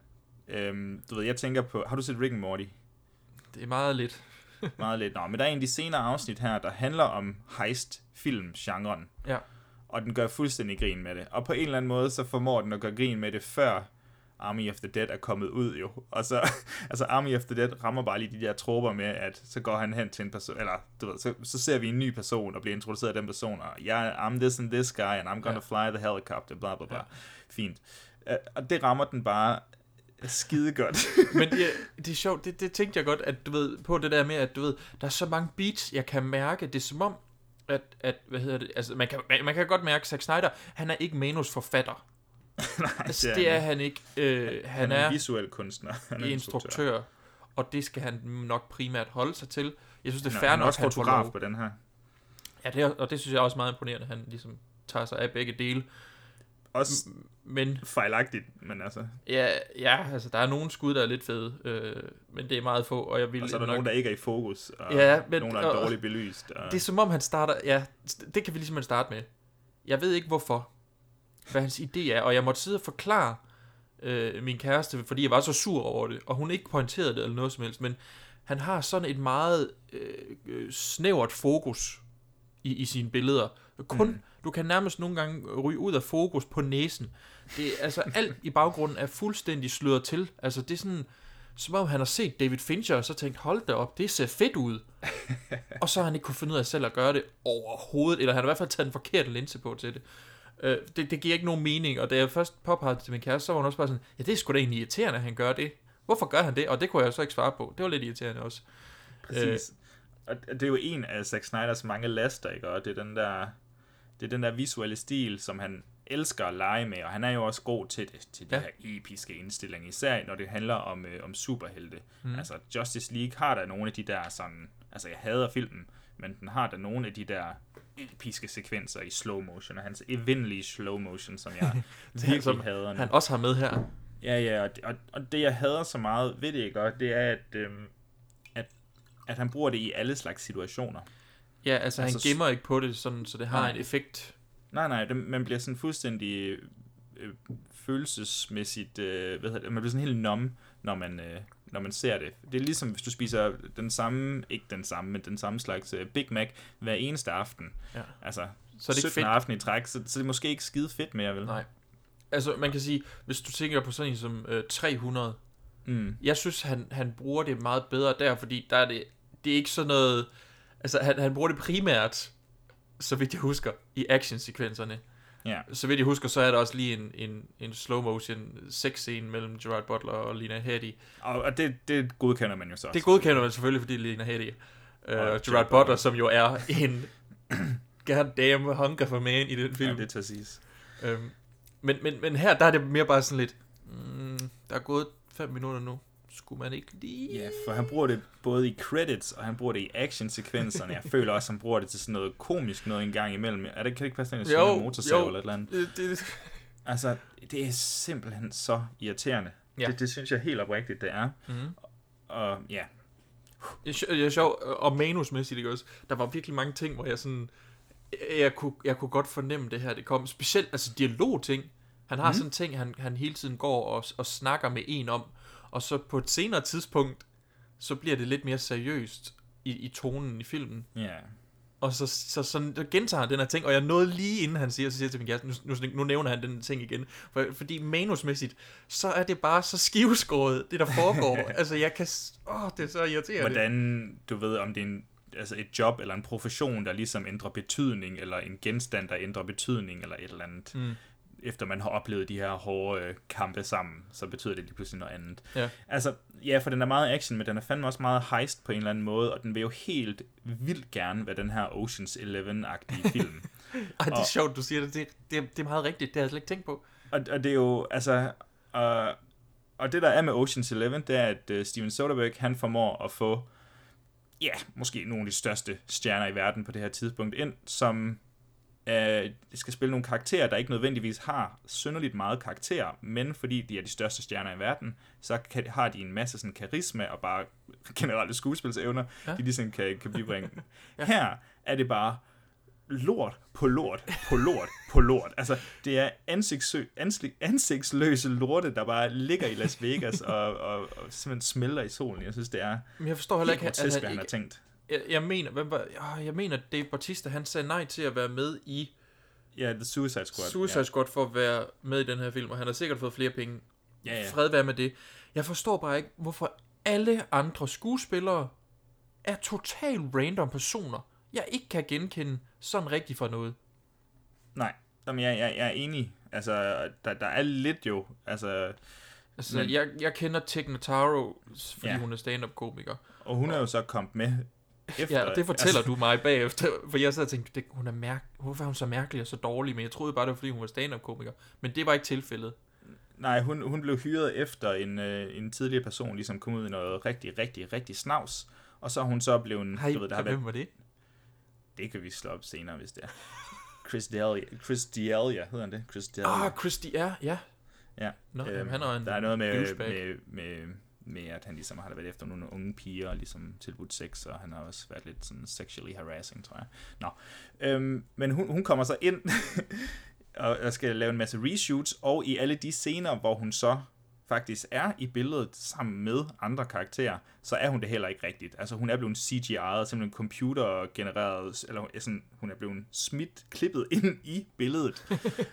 [SPEAKER 3] du ved, jeg tænker på, har du set Rick and Morty?
[SPEAKER 2] Det er meget lidt.
[SPEAKER 3] Meget lidt. Nå, men der er en af de senere afsnit her, der handler om heist-film-genren.
[SPEAKER 2] Ja.
[SPEAKER 3] Og den gør fuldstændig grin med det. Og på en eller anden måde, så formår den at gøre grin med det, før Army of the Dead er kommet ud jo. Og så, altså Army of the Dead rammer bare lige de der tropper med, at så går han hen til en person, eller du ved, så ser vi en ny person, og bliver introduceret af den person, og I'm this and this guy, and I'm gonna fly the helicopter, bla bla bla. Ja. Fint. Og det rammer den bare skide godt.
[SPEAKER 2] Men det er sjovt, det tænkte jeg godt, at du ved, på det der med, at du ved, der er så mange beats, jeg kan mærke, det er som om, at hvad hedder det, altså man kan godt mærke, Zack Snyder, han er ikke manusforfatter.
[SPEAKER 3] Nej,
[SPEAKER 2] altså, det er han ikke. Han er
[SPEAKER 3] visuel kunstner. Han er
[SPEAKER 2] instruktør, og det skal han nok primært holde sig til. Jeg synes, det er fair
[SPEAKER 3] nok,
[SPEAKER 2] han
[SPEAKER 3] også fotograf på den her.
[SPEAKER 2] Ja, og det synes jeg også meget imponerende, han ligesom tager sig af begge dele.
[SPEAKER 3] Også
[SPEAKER 2] men
[SPEAKER 3] fejlagtigt, men altså.
[SPEAKER 2] Ja, altså der er nogle skud, der er lidt fede, men det er meget få, og jeg vil.
[SPEAKER 3] Og så er der nogen, der ikke er i fokus, og nogen, der er dårligt belyst. Og
[SPEAKER 2] det er som om han starter, det kan vi ligesom starte med. Jeg ved ikke hvorfor, hvad hans idé er, og jeg måtte sidde og forklare min kæreste, fordi jeg var så sur over det, og hun ikke pointerede det eller noget som helst, men han har sådan et meget snævert fokus i sine billeder. Du kan nærmest nogle gange ryge ud af fokus på næsen. Det er, altså alt i baggrunden er fuldstændig sløret til. Altså det er sådan, som om han har set David Fincher, og så tænkt, hold da op, det ser fedt ud. Og så har han ikke kunne finde ud af selv at gøre det overhovedet, eller han har i hvert fald taget den forkerte linse på til det. Det giver ikke nogen mening, og da jeg først påpegede til min kæreste, så var hun også bare sådan, ja, det er sgu da egentlig irriterende, at han gør det. Hvorfor gør han det? Og det kunne jeg så ikke svare på. Det var lidt irriterende også.
[SPEAKER 3] Præcis. Og det er jo en af Zack Snyders mange laster, ikke? Og det er den der visuelle stil, som han elsker at lege med, og han er jo også god til det her episke indstilling, især når det handler om superhelte. Altså Justice League har der nogle af de der sådan, altså jeg hader filmen, men den har der nogle af de der episke sekvenser i slow motion, og hans evindelige slow motion, som jeg virkelig hader.
[SPEAKER 2] Han også har med her.
[SPEAKER 3] Ja, og det jeg hader så meget ved det, ikke, det er, at han bruger det i alle slags situationer.
[SPEAKER 2] Ja, altså han gemmer ikke på det, sådan, så det har en effekt.
[SPEAKER 3] Nej, man bliver sådan fuldstændig følelsesmæssigt, man bliver sådan helt numb, når man ser det. Det er ligesom, hvis du spiser den samme slags Big Mac hver eneste aften. Ja. Altså, så er det 17 aften i træk, så det er måske ikke skide fedt mere, vel?
[SPEAKER 2] Nej. Altså, man kan sige, hvis du tænker på sådan en som 300, jeg synes, han bruger det meget bedre der, fordi der er det er ikke sådan noget, altså han bruger det primært, så vidt jeg husker, i actionsekvenserne.
[SPEAKER 3] Ja.
[SPEAKER 2] Så vidt jeg husker, så er der også lige en slow motion sexscene mellem Gerard Butler og Lena Headey.
[SPEAKER 3] Og det godkender man jo så også.
[SPEAKER 2] Det godkender man selvfølgelig, fordi Lena Headey og Gerard Butler, som jo er en goddamn hunker for man i den film.
[SPEAKER 3] Ja, det tager siges.
[SPEAKER 2] Men her, der er det mere bare sådan lidt, der er gået 5 minutter nu. Skulle man ikke lige...
[SPEAKER 3] Ja, for han bruger det både i credits, og han bruger det i actionsekvenserne. Jeg føler også, han bruger det til sådan noget komisk noget en gang imellem. Kan det ikke passe, at det er en motorsav eller et eller andet? Altså, det er simpelthen så irriterende. Ja. Det synes jeg helt oprigtigt, det er. Og ja.
[SPEAKER 2] Det er sjovt, og manusmæssigt, ikke også? Der var virkelig mange ting, hvor jeg sådan... Jeg kunne godt fornemme det her, det kom. Specielt, altså dialogting. Han har sådan ting, han hele tiden går og snakker med en om. Og så på et senere tidspunkt, så bliver det lidt mere seriøst i tonen i filmen.
[SPEAKER 3] Ja. Yeah.
[SPEAKER 2] Og så gentager han den her ting, og jeg nåede lige inden han siger til min kæreste, nu nævner han den ting igen. Fordi manusmæssigt, så er det bare så skiveskåret, det der foregår. Altså jeg kan... det er så irriterende.
[SPEAKER 3] Hvordan, du ved, om det er et job eller en profession, der ligesom ændrer betydning, eller en genstand, der ændrer betydning, eller et eller andet. Efter man har oplevet de her hårde kampe sammen, så betyder det lige pludselig noget andet.
[SPEAKER 2] Ja.
[SPEAKER 3] Altså, ja, for den er meget action, men den er fandme også meget heist på en eller anden måde, og den vil jo helt vildt gerne være den her Ocean's 11-agtige film.
[SPEAKER 2] Ej, det er sjovt, du siger det. Det er meget rigtigt, det har jeg slet ikke tænkt på.
[SPEAKER 3] Og det er jo, altså... og det der er med Ocean's 11, det er, at Steven Soderbergh, han formår at få, måske nogle af de største stjerner i verden på det her tidspunkt ind, som... skal spille nogle karakterer, der ikke nødvendigvis har synderligt meget karakter, men fordi de er de største stjerner i verden, så har de en masse sådan karisma og bare generelle skuespilsevner, de ligesom kan bibringe. Her er det bare lort på lort på lort på lort. Altså, det er ansigtsløse lorte, der bare ligger i Las Vegas og simpelthen smelter i solen. Jeg synes, det er
[SPEAKER 2] men jeg forstår heller ikke,
[SPEAKER 3] grotesk, hvad han har tænkt.
[SPEAKER 2] Jeg mener, at Dave Bautista, han sagde nej til at være med i
[SPEAKER 3] The Suicide Squad.
[SPEAKER 2] Suicide Squad for at være med i den her film, og han har sikkert fået flere penge.
[SPEAKER 3] Ja.
[SPEAKER 2] Fred være med det. Jeg forstår bare ikke, hvorfor alle andre skuespillere er totalt random personer, jeg ikke kan genkende sådan rigtigt fra noget.
[SPEAKER 3] Nej, jamen jeg er enig. Altså, der er lidt jo, altså
[SPEAKER 2] men... jeg kender Tig Notaro, fordi hun er stand-up-komiker.
[SPEAKER 3] Og hun er jo så kommet med efter.
[SPEAKER 2] Ja, og det fortæller du mig bagefter, for jeg sad og tænkte, hvorfor er hun så mærkelig og så dårlig, men jeg troede bare, det var, fordi hun var stand-up-komiker. Men det var ikke tilfældet.
[SPEAKER 3] Nej, hun blev hyret efter en tidligere person, ligesom kom ud i noget rigtig, rigtig, rigtig snavs, og så er hun så blevet...
[SPEAKER 2] Hvem var det?
[SPEAKER 3] Det kan vi slå op senere, hvis det er. Chris D'Elia hedder han det?
[SPEAKER 2] Chris D'Elia, ja.
[SPEAKER 3] Ja.
[SPEAKER 2] Nå, han er en
[SPEAKER 3] der er noget med at han ligesom har været efter nogle unge piger og ligesom tilbudt sex, og han har også været lidt sådan sexually harassing, tror jeg. Nå. Men hun kommer så ind og skal lave en masse reshoots, og i alle de scener, hvor hun så faktisk er i billedet sammen med andre karakterer, så er hun det heller ikke rigtigt. Altså hun er blevet CGI'et, simpelthen computergenereret, eller sådan, hun er blevet klippet ind i billedet.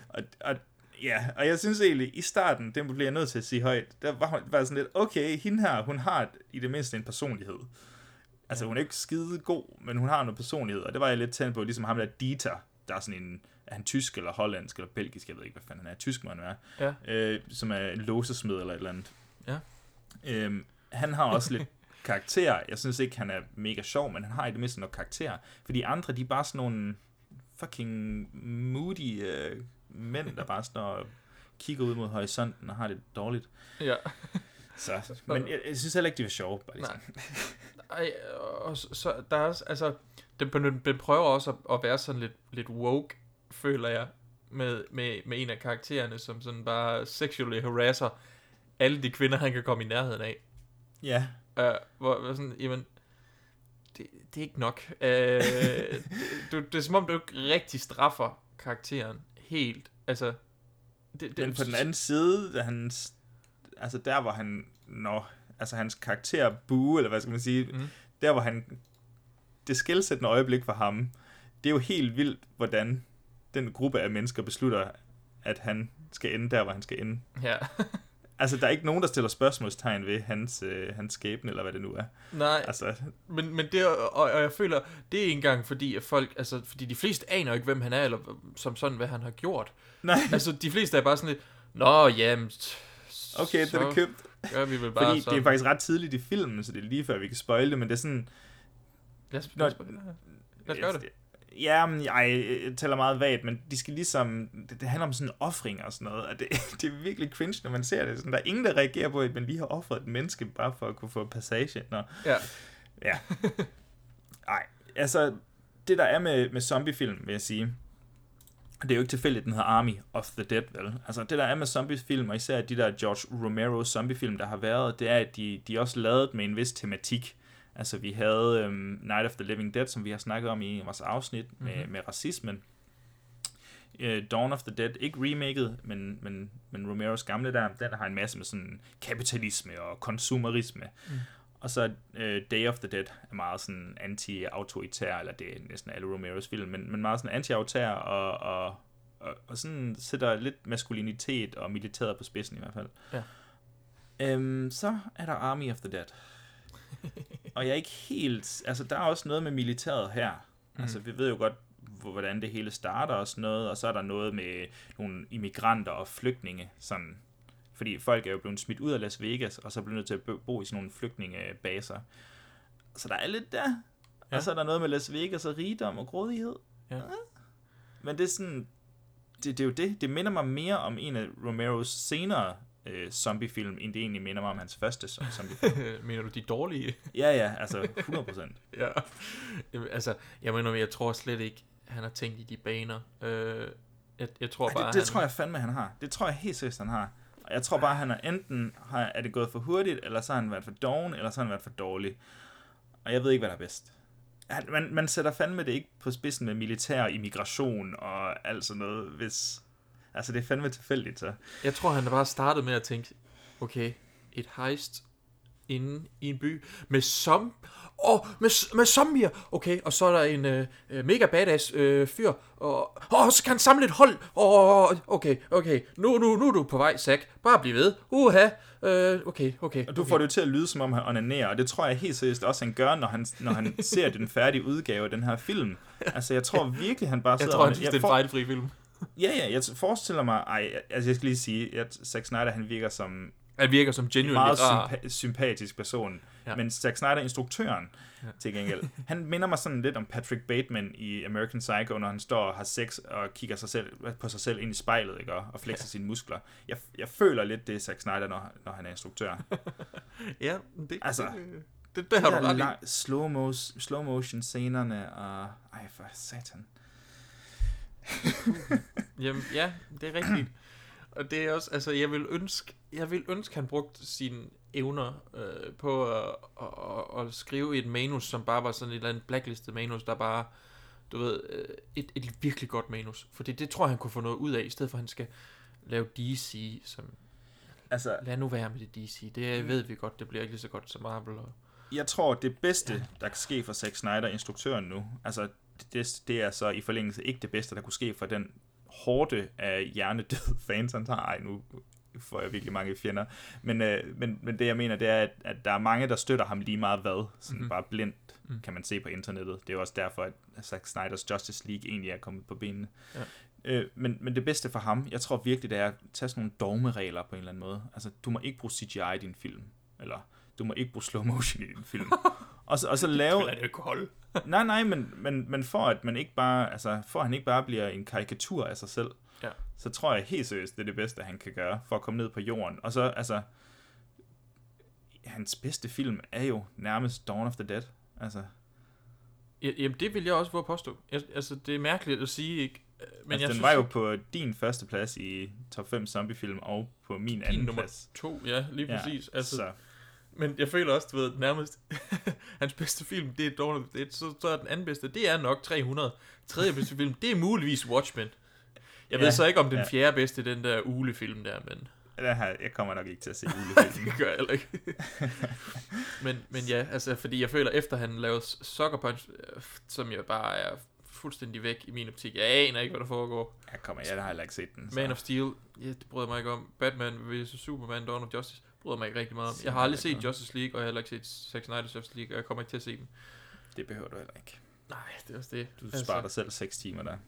[SPEAKER 3] og jeg synes egentlig, i starten, det bliver jeg nødt til at sige højt, der var sådan lidt, okay, hende her, hun har i det mindste en personlighed. Altså hun er ikke skide god, men hun har noget personlighed, og det var jeg lidt tændt på, ligesom ham der Dieter, der er sådan en, er han tysk eller hollandsk eller belgisk, jeg ved ikke, hvad fanden han er, tysk må han være, som er en låsesmed eller et eller andet.
[SPEAKER 2] Ja.
[SPEAKER 3] Han har også lidt karakter. Jeg synes ikke, han er mega sjov, men han har i det mindste noget karakter. Fordi andre, de er bare sådan nogle fucking moody mænd, der bare står og kigger ud mod horisonten og har det dårligt.
[SPEAKER 2] Ja.
[SPEAKER 3] Så, men jeg synes heller ikke, de var sjove. Bare ligesom.
[SPEAKER 2] Nej. Og så der er også, altså, den prøver også at være sådan lidt woke, føler jeg, med en af karaktererne, som sådan bare sexually harasser alle de kvinder, han kan komme i nærheden af.
[SPEAKER 3] Ja.
[SPEAKER 2] Hvor sådan, jamen, det er ikke nok. Det er som om, du ikke rigtig straffer karakteren helt. Altså,
[SPEAKER 3] men på den anden side, der hvor han, hans karakter Boo, eller hvad skal man sige, der hvor han, det skelsættende øjeblik for ham, det er jo helt vildt, hvordan den gruppe af mennesker beslutter, at han skal ende der, hvor han skal ende.
[SPEAKER 2] Ja.
[SPEAKER 3] Altså, der er ikke nogen, der stiller spørgsmålstegn ved hans skæbne, eller hvad det nu er.
[SPEAKER 2] Nej,
[SPEAKER 3] altså.
[SPEAKER 2] men det, og jeg føler, det er ikke engang fordi, at folk, altså, fordi de fleste aner ikke, hvem han er, eller som sådan, hvad han har gjort.
[SPEAKER 3] Nej.
[SPEAKER 2] Altså, de fleste er bare sådan lidt, nå, jamen,
[SPEAKER 3] okay, det er det købt.
[SPEAKER 2] Gør vi vel bare
[SPEAKER 3] fordi
[SPEAKER 2] sådan.
[SPEAKER 3] det er faktisk ret tidligt i filmen, så det er lige før, vi kan spoile det, men det er sådan.
[SPEAKER 2] Lad os gøre det.
[SPEAKER 3] Ja, men jeg tæller meget vagt, men de skal ligesom, det handler om sådan en offring og sådan noget, og det er virkelig cringe, når man ser det. Sådan, der er ingen, der reagerer på, at man lige har offret et menneske, bare for at kunne få passage.
[SPEAKER 2] Ja.
[SPEAKER 3] Nej, altså, det der er med zombiefilm, vil jeg sige, det er jo ikke tilfældigt, den hedder Army of the Dead, vel? Altså, det der er med zombiefilm, og især de der George Romero zombiefilm, der har været, det er, at de er også lavet med en vis tematik. Altså, vi havde Night of the Living Dead, som vi har snakket om i vores afsnit med racismen. Dawn of the Dead, ikke remaket, men Romeros gamle der, den har en masse med sådan kapitalisme og konsumerisme. Og så Day of the Dead er meget sådan anti-autoritær, eller det er næsten alle Romeros film, men meget sådan anti-autoritær og sådan sætter lidt maskulinitet og militæret på spidsen i hvert fald.
[SPEAKER 2] Ja.
[SPEAKER 3] Så er der Army of the Dead. Og jeg er ikke helt, altså der er også noget med militæret her. Altså vi ved jo godt, hvordan det hele starter og sådan noget, og så er der noget med nogle immigranter og flygtninge, sådan, fordi folk er jo blevet smidt ud af Las Vegas, og så er blevet nødt til at bo i sådan nogle flygtningebaser. Så der er lidt der. Ja. Og så er der noget med Las Vegas og rigdom og grådighed.
[SPEAKER 2] Ja.
[SPEAKER 3] Men det er sådan, det er jo det. Det minder mig mere om en af Romeros senere zombiefilm, end det egentlig minder mig om hans første zombiefilm.
[SPEAKER 2] Mener du de dårlige?
[SPEAKER 3] Ja, altså 100%.
[SPEAKER 2] Ja. Altså, jeg tror slet ikke, han har tænkt i de baner. Jeg tror bare,
[SPEAKER 3] det tror jeg fandme, han har. Det tror jeg helt seriøst, han har. Og jeg tror bare, han er enten er det gået for hurtigt, eller så har han været for doven, eller så har han været for dårlig. Og jeg ved ikke, hvad der er bedst. Man sætter fandme det ikke på spidsen med militær immigration og alt sådan noget, hvis... Altså, det er fandme tilfældigt, så.
[SPEAKER 2] Jeg tror, han bare startede med at tænke, okay, et heist inde i en by med med zombier. Okay, og så er der en mega badass fyr, og så kan han samle et hold. Okay, nu er du på vej, Zack. Bare bliv ved. Okay.
[SPEAKER 3] Og du får det jo til at lyde, som om han onanerer, og det tror jeg helt seriøst også, han gør, når han ser den færdige udgave af den her film. Altså, jeg tror virkelig, han bare sidder...
[SPEAKER 2] Jeg tror, han synes, det er en fejlfri film.
[SPEAKER 3] Ja, jeg forestiller mig... jeg skal lige sige, at Zack Snyder, han virker som
[SPEAKER 2] genuinely
[SPEAKER 3] meget sympatisk person. Ja. Men Zack Snyder, instruktøren, til gengæld, han minder mig sådan lidt om Patrick Bateman i American Psycho, når han står og har sex og kigger på sig selv ind i spejlet, ikke, og flexer sine muskler. Jeg føler lidt, det er Zack Snyder, når han er instruktør.
[SPEAKER 2] Ja, det har du ret i.
[SPEAKER 3] Slow motion scenerne, og... Ej, for satan.
[SPEAKER 2] Jamen, ja, det er rigtigt. Og det er også, altså, jeg vil ønske, han brugte sine evner på at skrive et manus, som bare var sådan et eller andet blacklistet manus, der bare, du ved, et virkelig godt manus. Fordi det tror jeg, han kunne få noget ud af, i stedet for, at han skal lave DC, som... Altså, lad nu være med det DC. Det ved vi godt, det bliver ikke lige så godt som Marvel.
[SPEAKER 3] Jeg tror, det bedste, der kan ske for Zack Snyder, instruktøren nu, altså, det er så i forlængelse ikke det bedste, der kunne ske for den hårde af hjernedøde fans, han tager. Ej, nu får jeg virkelig mange fjender. Men det, jeg mener, det er, at der er mange, der støtter ham lige meget hvad. Sådan bare blindt, kan man se på internettet. Det er jo også derfor, at Zack Snyders Justice League egentlig er kommet på benene. Ja. Men det bedste for ham, jeg tror virkelig, det er at tage sådan nogle dogmeregler på en eller anden måde. Altså, du må ikke bruge CGI i din film. Eller, du må ikke bruge slow motion i din film. og så lave...
[SPEAKER 2] Det ikke holde.
[SPEAKER 3] nej, men for at man ikke bare, altså for at han ikke bare bliver en karikatur af sig selv, så tror jeg helt seriøst, det er det bedste, han kan gøre, for at komme ned på jorden. Og så, altså, hans bedste film er jo nærmest Dawn of the Dead. Altså.
[SPEAKER 2] Jamen, det vil jeg også våge påstå. Altså, det er mærkeligt at sige, ikke? Men
[SPEAKER 3] altså, den var jo på din første plads i top 5 zombiefilm, og på min anden plads.
[SPEAKER 2] 2, ja, lige præcis. Altså,
[SPEAKER 3] så.
[SPEAKER 2] Men jeg føler også, du ved, nærmest, hans bedste film, det er Dawn of the Dead, så er den anden bedste, det er nok 300. Tredje bedste film, det er muligvis Watchmen. Jeg ved så ikke, om den fjerde bedste, den der ulefilm der, men...
[SPEAKER 3] Jeg kommer nok ikke til at se ulefilm.
[SPEAKER 2] Det gør jeg heller ikke. men ja, altså, fordi jeg føler, efter han lavede Sucker Punch, som jo bare er fuldstændig væk i min optik. Jeg aner ikke, hvad der foregår.
[SPEAKER 3] Jeg har heller ikke set den. Så.
[SPEAKER 2] Man of Steel, det bryder mig ikke om. Batman vs. Superman, Dawn of Justice, bryder mig ikke rigtig meget om. Jeg har aldrig set Justice League, og jeg har heller ikke set Zack Snyder's Justice League, og jeg kommer ikke til at se dem.
[SPEAKER 3] Det behøver du heller ikke.
[SPEAKER 2] Nej, det er også det.
[SPEAKER 3] Du sparer dig selv 6 timer der.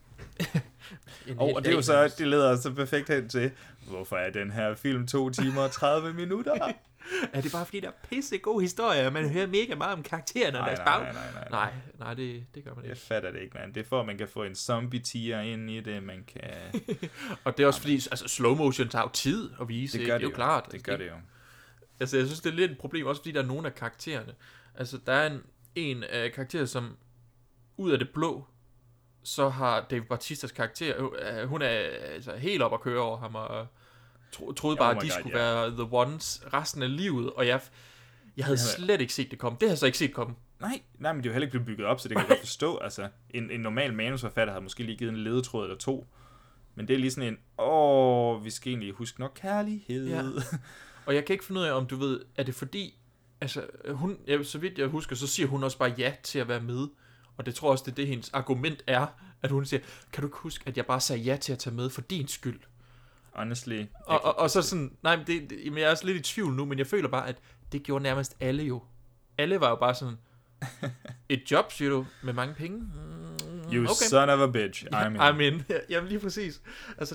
[SPEAKER 2] Og
[SPEAKER 3] det er jo så, det leder så perfekt hen til, hvorfor er den her film 2 timer og 30 minutter?
[SPEAKER 2] Er det bare fordi, der er pisse god historie, og man hører mega meget om karaktererne og deres bag? Nej, det gør man ikke.
[SPEAKER 3] Jeg fatter det ikke, man. Det er for, at man kan få en zombie-tiger ind i det, man kan...
[SPEAKER 2] Og det er også fordi, altså slow motion tager jo tid at vise.
[SPEAKER 3] Det gør det jo.
[SPEAKER 2] Klart.
[SPEAKER 3] Det gør det jo.
[SPEAKER 2] Altså, jeg synes, det er lidt et problem, også fordi der er nogle af karaktererne. Altså, der er en af karakterer, som ud af det blå, så har Dave Bautistas karakter, hun er altså helt op at køre over ham, og troede bare, at de skulle være the ones resten af livet, og jeg havde slet ikke set det komme. Det har jeg så ikke set komme.
[SPEAKER 3] Nej, men det er jo heller ikke blevet bygget op, så det kan jeg godt forstå. Altså, en normal manusforfatter havde måske lige givet en ledetråd eller 2, men det er lige sådan en, vi skal egentlig huske nok kærlighed. Ja.
[SPEAKER 2] Og jeg kan ikke finde ud af, om du ved, er det fordi, altså, så vidt jeg husker, så siger hun også bare ja til at være med. Og det tror også, det hendes argument er, at hun siger, kan du ikke huske, at jeg bare sagde ja til at tage med for din skyld?
[SPEAKER 3] Honestly.
[SPEAKER 2] Og så sådan, nej, men jeg er også lidt i tvivl nu, men jeg føler bare, at det gjorde nærmest alle jo. Alle var jo bare sådan, et job, siger du, med mange penge?
[SPEAKER 3] You son of a bitch.
[SPEAKER 2] I'm in. Jamen lige præcis. Altså,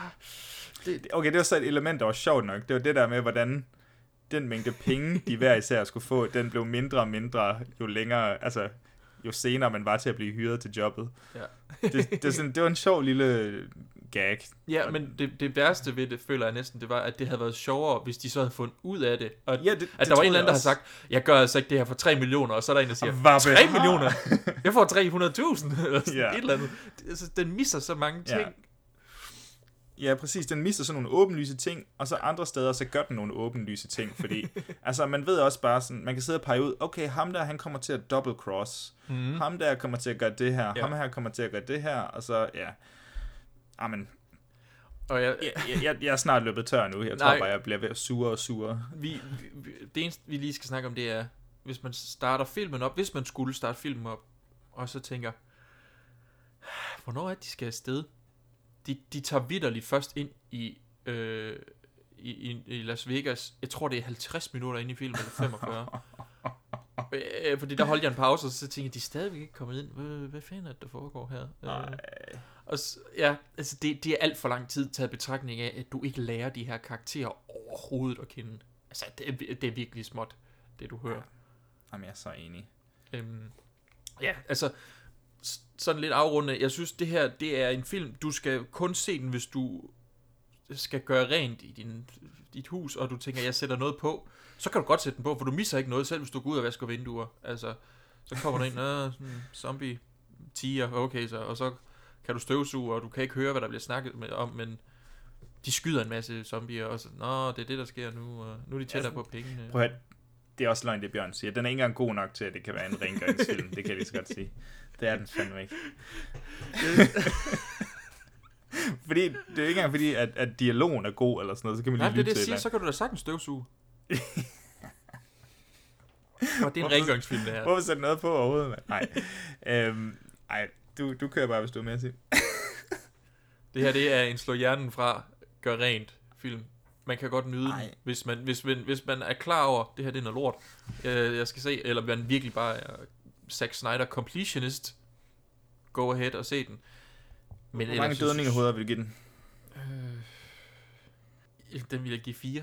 [SPEAKER 3] Okay, det var så et element, der var sjovt nok. Det var det der med, hvordan den mængde penge, de hver især skulle få, den blev mindre og mindre, jo længere, altså jo senere man var til at blive hyret til jobbet. Ja. det var en sjov lille gag.
[SPEAKER 2] Ja, men det værste ved det, føler jeg næsten, det var, at det havde været sjovere, hvis de så havde fundet ud af det. Og
[SPEAKER 3] ja,
[SPEAKER 2] at der var en eller anden, der havde sagt, jeg gør altså ikke det her for 3 millioner, og så er der en, der siger, 3 millioner? Jeg får 300.000, eller sådan et eller andet. Altså, den misser så mange ting.
[SPEAKER 3] Ja, præcis. Den mister sådan nogle åbenlyse ting, og så andre steder, så gør den nogle åbenlyse ting, fordi altså, man ved også bare sådan, man kan sidde og pege ud, okay, ham der, han kommer til at double cross. Ham der kommer til at gøre det her. Ham her kommer til at gøre det her, og så, amen.
[SPEAKER 2] Og jeg
[SPEAKER 3] er snart løbet tør nu. Jeg tror bare, jeg bliver ved at sure og sure.
[SPEAKER 2] Det eneste, vi lige skal snakke om, det er, hvis man starter filmen op, hvis man skulle starte filmen op, og så tænker, hvornår er de skal afsted? De tager vitterligt først ind i Las Vegas. Jeg tror, det er 50 minutter inde i filmen, eller 45. Fordi der holdt jeg en pause, og så tænkte jeg, de er stadigvæk ikke kommet ind. Hvad fanden er det, der foregår her? Og altså det er alt for lang tid taget betragtning af, at du ikke lærer de her karakterer overhovedet at kende. Altså, det er virkelig småt, det du hører.
[SPEAKER 3] Jamen, jeg er så enig.
[SPEAKER 2] Altså, sådan lidt afrundet. Jeg synes, det her, det er en film, du skal kun se den, hvis du skal gøre rent i dit hus, og du tænker, jeg sætter noget på. Så kan du godt sætte den på, for du misser ikke noget, selv hvis du går ud og vasker vinduer. Altså, så kommer der ind, sådan zombie tiger, okay, så, og så kan du støvsuge, og du kan ikke høre, hvad der bliver snakket om, men de skyder en masse zombier, og så, det er det, der sker nu, og nu er de tættere på pengene.
[SPEAKER 3] Prøv at det er også løgn, det Bjørn siger. Den er ikke engang god nok til, at det kan være en rengøringsfilm. Det kan jeg lige så godt sige. Det er den fandme ikke. Fordi det er ikke engang fordi, at dialogen er god, eller sådan noget, så kan man lige lytte til
[SPEAKER 2] det. Så kan du da sagtens støvsuge. Og det er en rengøringsfilm, det her.
[SPEAKER 3] Hvorfor sætte noget på overhovedet, mand? Nej. Du kører bare, hvis du er med at sige.
[SPEAKER 2] Det her, det er en slå hjernen fra, gør rent film. Man kan godt nyde den, hvis man er klar over, det her det er noget lort, jeg skal se, eller man virkelig bare er Zack Snyder completionist, go ahead og se den.
[SPEAKER 3] Men hvor mange dødninger hoveder vil du give den?
[SPEAKER 2] Den vil jeg give 4.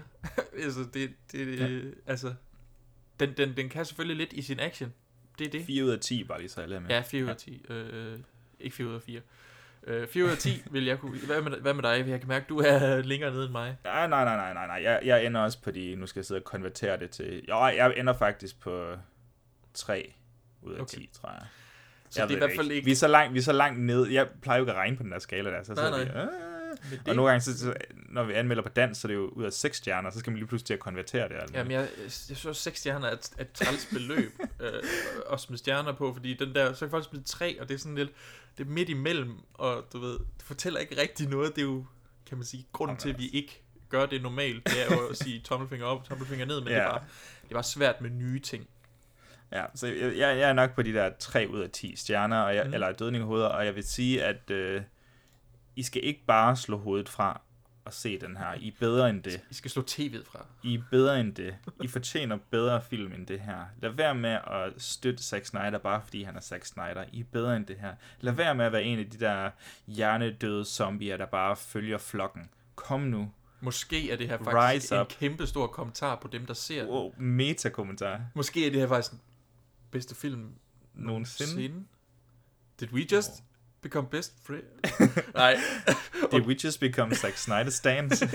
[SPEAKER 2] Altså, den kan selvfølgelig lidt i sin action. Det er det.
[SPEAKER 3] 4 ud af 10, bare lige så alle med.
[SPEAKER 2] Ja, 4 ud af 10. Ikke 4 ud af 4. 4 ud af 10 vil jeg kunne... Hvad med dig? Jeg kan mærke, du er længere nede end mig.
[SPEAKER 3] Nej. Jeg ender også på de... Nu skal jeg sidde og konvertere det til... Jo, jeg ender faktisk på 3 ud af 10, tror jeg.
[SPEAKER 2] Så det er i hvert fald ikke...
[SPEAKER 3] Vi er så langt ned. Jeg plejer jo ikke at regne på den der skala der. Så
[SPEAKER 2] Nej.
[SPEAKER 3] Og nogle gange, så, når vi anmelder på dansk, så er det jo ud af 6 stjerner, så skal man lige pludselig til at konvertere det.
[SPEAKER 2] Jamen, jeg synes, 6 stjerner er et træls beløb at smide stjerner på, fordi den der, så kan folk smide 3, og det er sådan lidt, det er midt imellem, og du ved, det fortæller ikke rigtig noget. Det er jo, kan man sige, grunden til, at vi ikke gør det normalt, det er jo at sige tommelfinger op, tommelfinger ned, men det er bare svært med nye ting.
[SPEAKER 3] Ja, så jeg er nok på de der 3 ud af 10 stjerner, og eller dødningehoveder, og jeg vil sige, at I skal ikke bare slå hovedet fra og se den her. I er bedre end det.
[SPEAKER 2] I skal slå tv'et fra.
[SPEAKER 3] I er bedre end det. I fortjener bedre film end det her. Lad være med at støtte Zack Snyder, bare fordi han er Zack Snyder. I er bedre end det her. Lad være med at være en af de der hjernedøde zombier, der bare følger flokken. Kom nu.
[SPEAKER 2] Måske er det her faktisk en kæmpe stor kommentar på dem, der ser den.
[SPEAKER 3] Meta-kommentar.
[SPEAKER 2] Måske er det her faktisk den bedste film nogensinde. Did we just become best friends? Nej.
[SPEAKER 3] Did we just become Zack Snyder stands?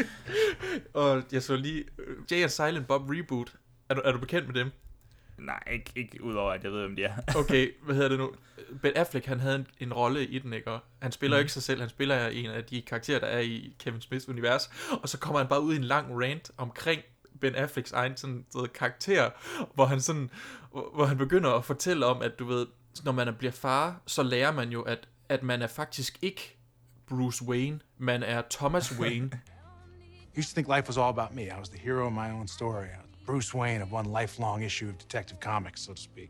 [SPEAKER 2] Og jeg så lige Jay and Silent Bob reboot. Er du bekendt med dem?
[SPEAKER 3] Nej, ikke udover at jeg ved, om de er.
[SPEAKER 2] Okay, hvad hedder det nu? Ben Affleck, han havde en rolle i den, ikke? Og han spiller ikke sig selv, han spiller en af de karakterer, der er i Kevin Smiths univers. Og så kommer han bare ud i en lang rant omkring Ben Afflecks egen sådan karakter, hvor han begynder at fortælle om, at du ved, når man bliver far, så lærer man jo, at man er faktisk ikke Bruce Wayne, man er Thomas Wayne.
[SPEAKER 8] I used to think life was all about me. I was the hero of my own story. I was Bruce Wayne of one lifelong issue of Detective Comics, so to speak.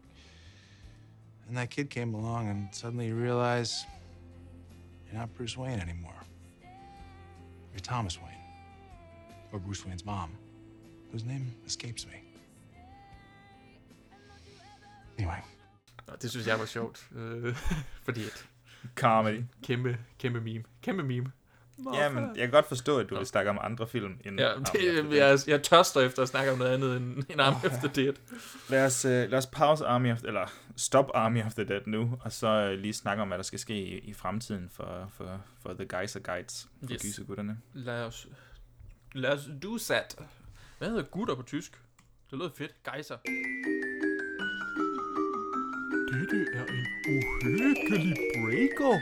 [SPEAKER 8] And that kid came along, and suddenly you realize you're not Bruce Wayne anymore. You're Thomas Wayne, or Bruce Wayne's mom, whose name escapes me. Anyway.
[SPEAKER 2] Det synes jeg var sjovt, fordi at
[SPEAKER 3] comedy.
[SPEAKER 2] Kæmpe meme.
[SPEAKER 3] Ja, men jeg kan godt forstå, at du vil snakke om andre film. End
[SPEAKER 2] jeg tørster efter at snakke om noget andet end Army of the Dead.
[SPEAKER 3] Lad os pause stop Army of the Dead nu, og så lige snakke om, hvad der skal ske i fremtiden for The Geyser Guides, for gysergutterne.
[SPEAKER 2] Lad os do that. Hvad hedder gutter på tysk? Det lød fedt. Geyser.
[SPEAKER 1] Dette er en uhyggelig breaker.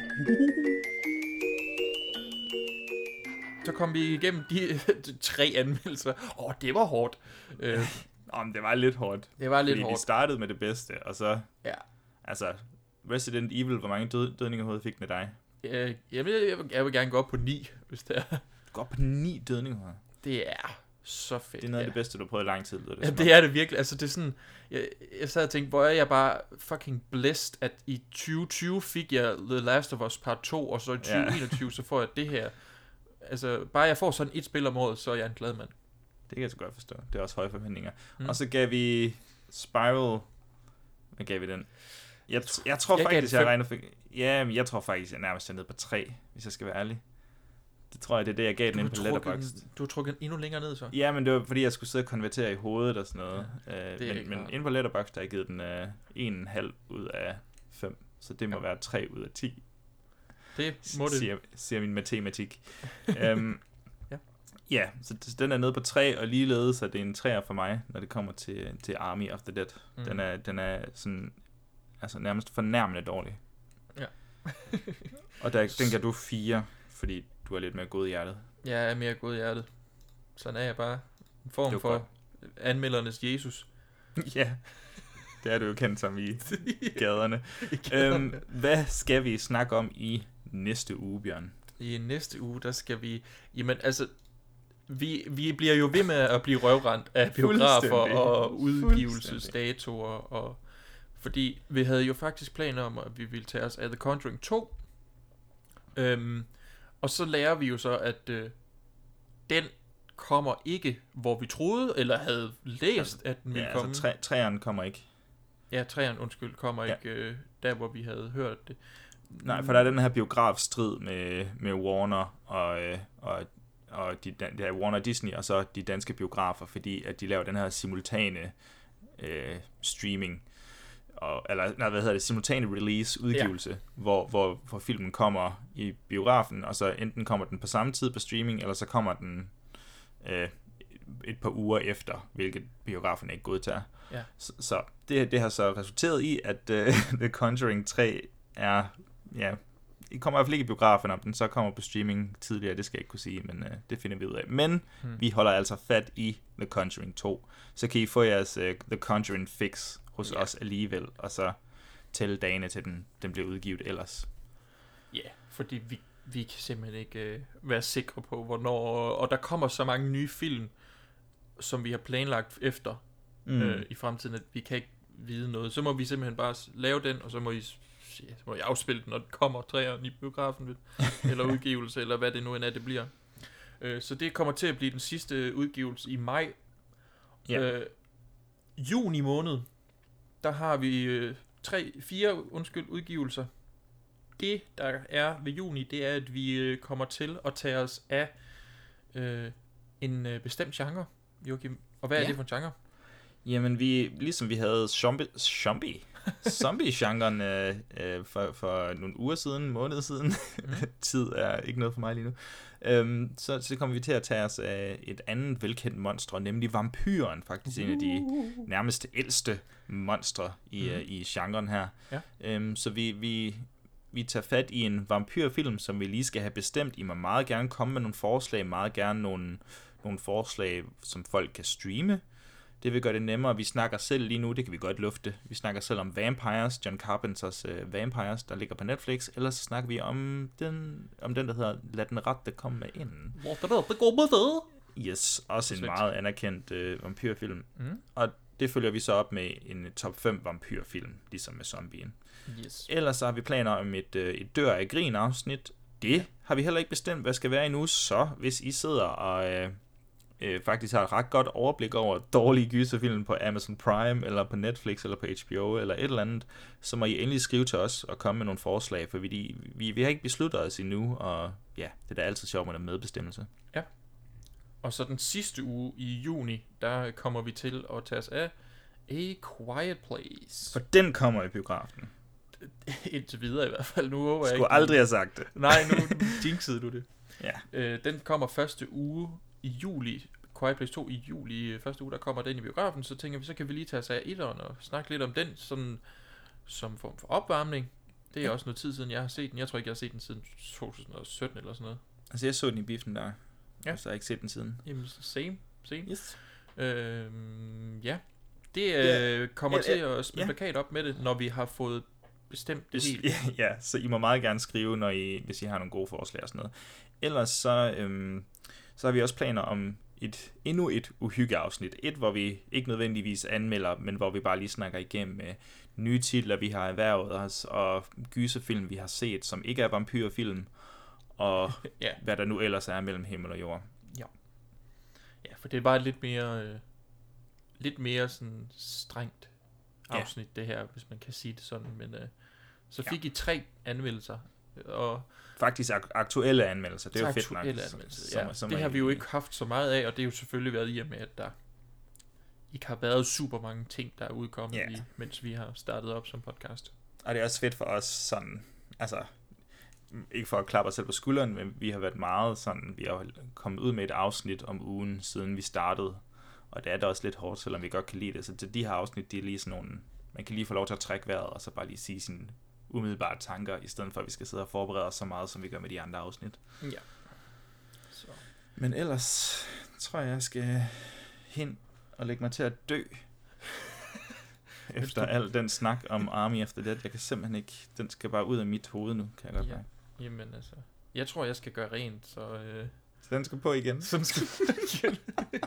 [SPEAKER 2] Så kom vi igennem de 3 anmeldelser. Det var hårdt.
[SPEAKER 3] Det var lidt hårdt.
[SPEAKER 2] Det var lidt hårdt.
[SPEAKER 3] Vi startede med det bedste, og så...
[SPEAKER 2] Ja.
[SPEAKER 3] Altså, Resident Evil, hvor mange dødningehoveder fik med dig?
[SPEAKER 2] Jeg vil gerne gå op på 9, hvis det er.
[SPEAKER 3] Gå op på 9 dødningehoveder?
[SPEAKER 2] Det er så fedt.
[SPEAKER 3] Det er noget af det bedste, du har prøvet i lang tid.
[SPEAKER 2] Det er det virkelig. Altså, det er sådan... Jeg sad og tænkte, hvor er jeg bare fucking blessed, at i 2020 fik jeg The Last of Us Part 2, og så i 2021, så får jeg det her. Altså, bare jeg får sådan et spil om året, så er jeg en glad mand.
[SPEAKER 3] Det kan jeg så godt forstå. Det er også høje forventninger. Og så gav vi Spiral... Hvad gav vi den? Jeg tror faktisk, jeg regner for... Ja, men jeg tror faktisk, jeg nærmest er nede på 3, hvis jeg skal være ærlig. Det tror jeg, det er det, jeg gav den ind på Letterboxd.
[SPEAKER 2] Du har trukket endnu længere ned, så?
[SPEAKER 3] Ja, men det var fordi, jeg skulle sidde og konvertere i hovedet og sådan noget. Men inde på Letterboxd, der har jeg givet den 1,5 ud af 5. Så det må være 3 ud af 10.
[SPEAKER 2] Det må det.
[SPEAKER 3] Siger min matematik. Ja, så den er nede på 3, og ligeledes er det en 3'er for mig, når det kommer til Army of the Dead. Den er sådan, altså nærmest fornærmende dårlig.
[SPEAKER 2] Ja.
[SPEAKER 3] Og den gav du 4, fordi du er lidt mere god i hjertet.
[SPEAKER 2] Jeg er mere god i hjertet. Sådan er jeg bare. En form for anmeldernes Jesus.
[SPEAKER 3] Ja, det er du jo kendt som i gaderne. Hvad skal vi snakke om i næste uge, Bjørn?
[SPEAKER 2] I næste uge, der skal vi... Jamen, altså... Vi bliver jo ved med at blive røvrendt af biografer og udgivelsesdatoer, og fordi vi havde jo faktisk planer om, at vi ville tage os af The Conjuring 2. Og så lærer vi jo så, at den kommer ikke, hvor vi troede, eller havde læst, at den ville komme.
[SPEAKER 3] Altså træerne kommer ikke.
[SPEAKER 2] Ja, træerne, kommer ikke der, hvor vi havde hørt det.
[SPEAKER 3] Nej, for der er den her biografstrid med Warner og Warner Disney, og så de danske biografer, fordi at de laver den her simultane streaming. simultane release udgivelse, hvor filmen kommer i biografen, og så enten kommer den på samme tid på streaming, eller så kommer den et par uger efter, hvilket biografen ikke godtager.
[SPEAKER 2] Ja.
[SPEAKER 3] Så det har så resulteret i, at The Conjuring 3 er, det kommer i hvert fald ikke i biografen, om den så kommer på streaming tidligere, det skal jeg ikke kunne sige, men det finder vi ud af. Men vi holder altså fat i The Conjuring 2, så kan I få jeres The Conjuring fix hos os alligevel, og så tælle dagene til den bliver udgivet ellers.
[SPEAKER 2] Ja, fordi vi kan simpelthen ikke være sikre på, hvornår, og der kommer så mange nye film, som vi har planlagt efter i fremtiden, at vi kan ikke vide noget. Så må vi simpelthen bare lave den, og så må I afspille den, når den kommer 3'eren i biografen, eller udgivelse, eller hvad det nu end er, det bliver. Så det kommer til at blive den sidste udgivelse i maj. Juni måned, der har vi 4 udgivelser. Det, der er ved juni, det er, at vi kommer til at tage os af en bestemt genre, Joachim. Og hvad er det for en genre?
[SPEAKER 3] Jamen, ligesom vi havde zombie-genren for nogle uger siden, måneder siden. Tid er ikke noget for mig lige nu. Så kommer vi til at tage os af et andet velkendt monster, nemlig vampyren, faktisk en af de nærmest ældste monstre i genren her. Ja. Så vi tager fat i en vampyrfilm, som vi lige skal have bestemt. I må meget gerne komme med nogle forslag, meget gerne nogle forslag, som folk kan streame. Det vil gøre det nemmere. Vi snakker selv lige nu, det kan vi godt lufte. Vi snakker selv om Vampires, John Carpenters Vampires, der ligger på Netflix. Ellers så snakker vi om den, der hedder Lad den rette komme med ind. Yes, også en meget anerkendt vampyrfilm. Og det følger vi så op med en top 5 vampyrfilm, ligesom med zombien.
[SPEAKER 2] Yes.
[SPEAKER 3] Ellers så har vi planer om et dør af grin afsnit. Det har vi heller ikke bestemt, hvad skal være endnu. Så hvis I sidder og faktisk har et ret godt overblik over dårlige gyserfilm på Amazon Prime, eller på Netflix, eller på HBO, eller et eller andet, så må I endelig skrive til os og komme med nogle forslag, for vi har ikke besluttet os endnu, og ja, det er da altid sjovt med medbestemmelse.
[SPEAKER 2] Ja. Og så den sidste uge i juni, der kommer vi til at tage os af A Quiet Place.
[SPEAKER 3] For den kommer i biografen.
[SPEAKER 2] Indtil videre i hvert fald. Nu håber jeg
[SPEAKER 3] ikke. Aldrig have sagt det.
[SPEAKER 2] Nej, nu jinxede du det.
[SPEAKER 3] Ja.
[SPEAKER 2] Den kommer første uge i juli. Quiet Place 2 i juli. Første uge, der kommer den i biografen. Så tænker vi, så kan vi lige tage os af etteren og snakke lidt om den sådan, som form for opvarmning. Det er også noget tid siden, jeg har set den. Jeg tror ikke, jeg har set den siden 2017 eller sådan noget.
[SPEAKER 3] Altså, jeg så den i biffen der.
[SPEAKER 2] Ja.
[SPEAKER 3] Så har jeg ikke set den siden.
[SPEAKER 2] Jamen, same.
[SPEAKER 3] Yes.
[SPEAKER 2] Ja. Det kommer til at smide plakat op med det, når vi har fået bestemt det helt.
[SPEAKER 3] Ja, så I må meget gerne skrive, hvis I har nogle gode forslag og sådan noget. Ellers så har vi også planer om endnu et uhyggeafsnit. Hvor vi ikke nødvendigvis anmelder, men hvor vi bare lige snakker igennem med nye titler, vi har erhvervet os, og gyserfilm, vi har set, som ikke er vampyrfilm, og hvad der nu ellers er mellem himmel og jord.
[SPEAKER 2] Ja, for det er bare lidt mere sådan strengt afsnit, det her, hvis man kan sige det sådan, men så fik I 3 anmeldelser, og
[SPEAKER 3] faktisk aktuelle anmeldelser, det er jo fedt nok.
[SPEAKER 2] Det har vi jo ikke haft så meget af, og det er jo selvfølgelig været i og med, at der ikke har været super mange ting, der er udkommet mens vi har startet op som podcast.
[SPEAKER 3] Og det er også fedt for os sådan, altså ikke for at klappe os selv på skulderen, men vi har været meget sådan, vi har kommet ud med et afsnit om ugen, siden vi startede, og det er da også lidt hårdt, selvom vi godt kan lide det, så de her afsnit, de er lige sådan nogle, man kan lige få lov til at trække vejret, og så bare lige sige sine umiddelbare tanker, i stedet for at vi skal sidde og forberede os så meget, som vi gør med de andre afsnit.
[SPEAKER 2] Ja. Så.
[SPEAKER 3] Men ellers tror jeg skal hen og lægge mig til at dø. Efter al den snak om Army of the Dead. Jeg kan simpelthen ikke, den skal bare ud af mit hoved nu, kan jeg godt mærke.
[SPEAKER 2] Jamen altså, jeg tror jeg skal gøre rent, så
[SPEAKER 3] den skal på igen.
[SPEAKER 2] Sådan skal igen.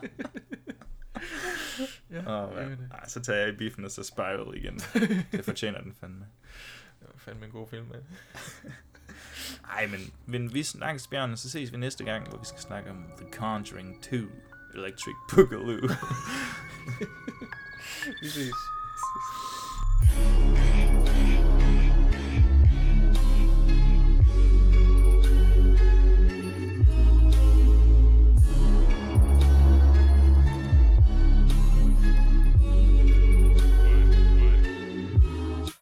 [SPEAKER 3] Så tager jeg i biffen og så Spiral igen. Det fortjener den fandme.
[SPEAKER 2] Det var fandme en god film, man.
[SPEAKER 3] Ej, men vi snakkes, Bjørn, så ses vi næste gang, hvor vi skal snakke om The Conjuring 2, Electric Boogaloo.
[SPEAKER 2] Vi ses.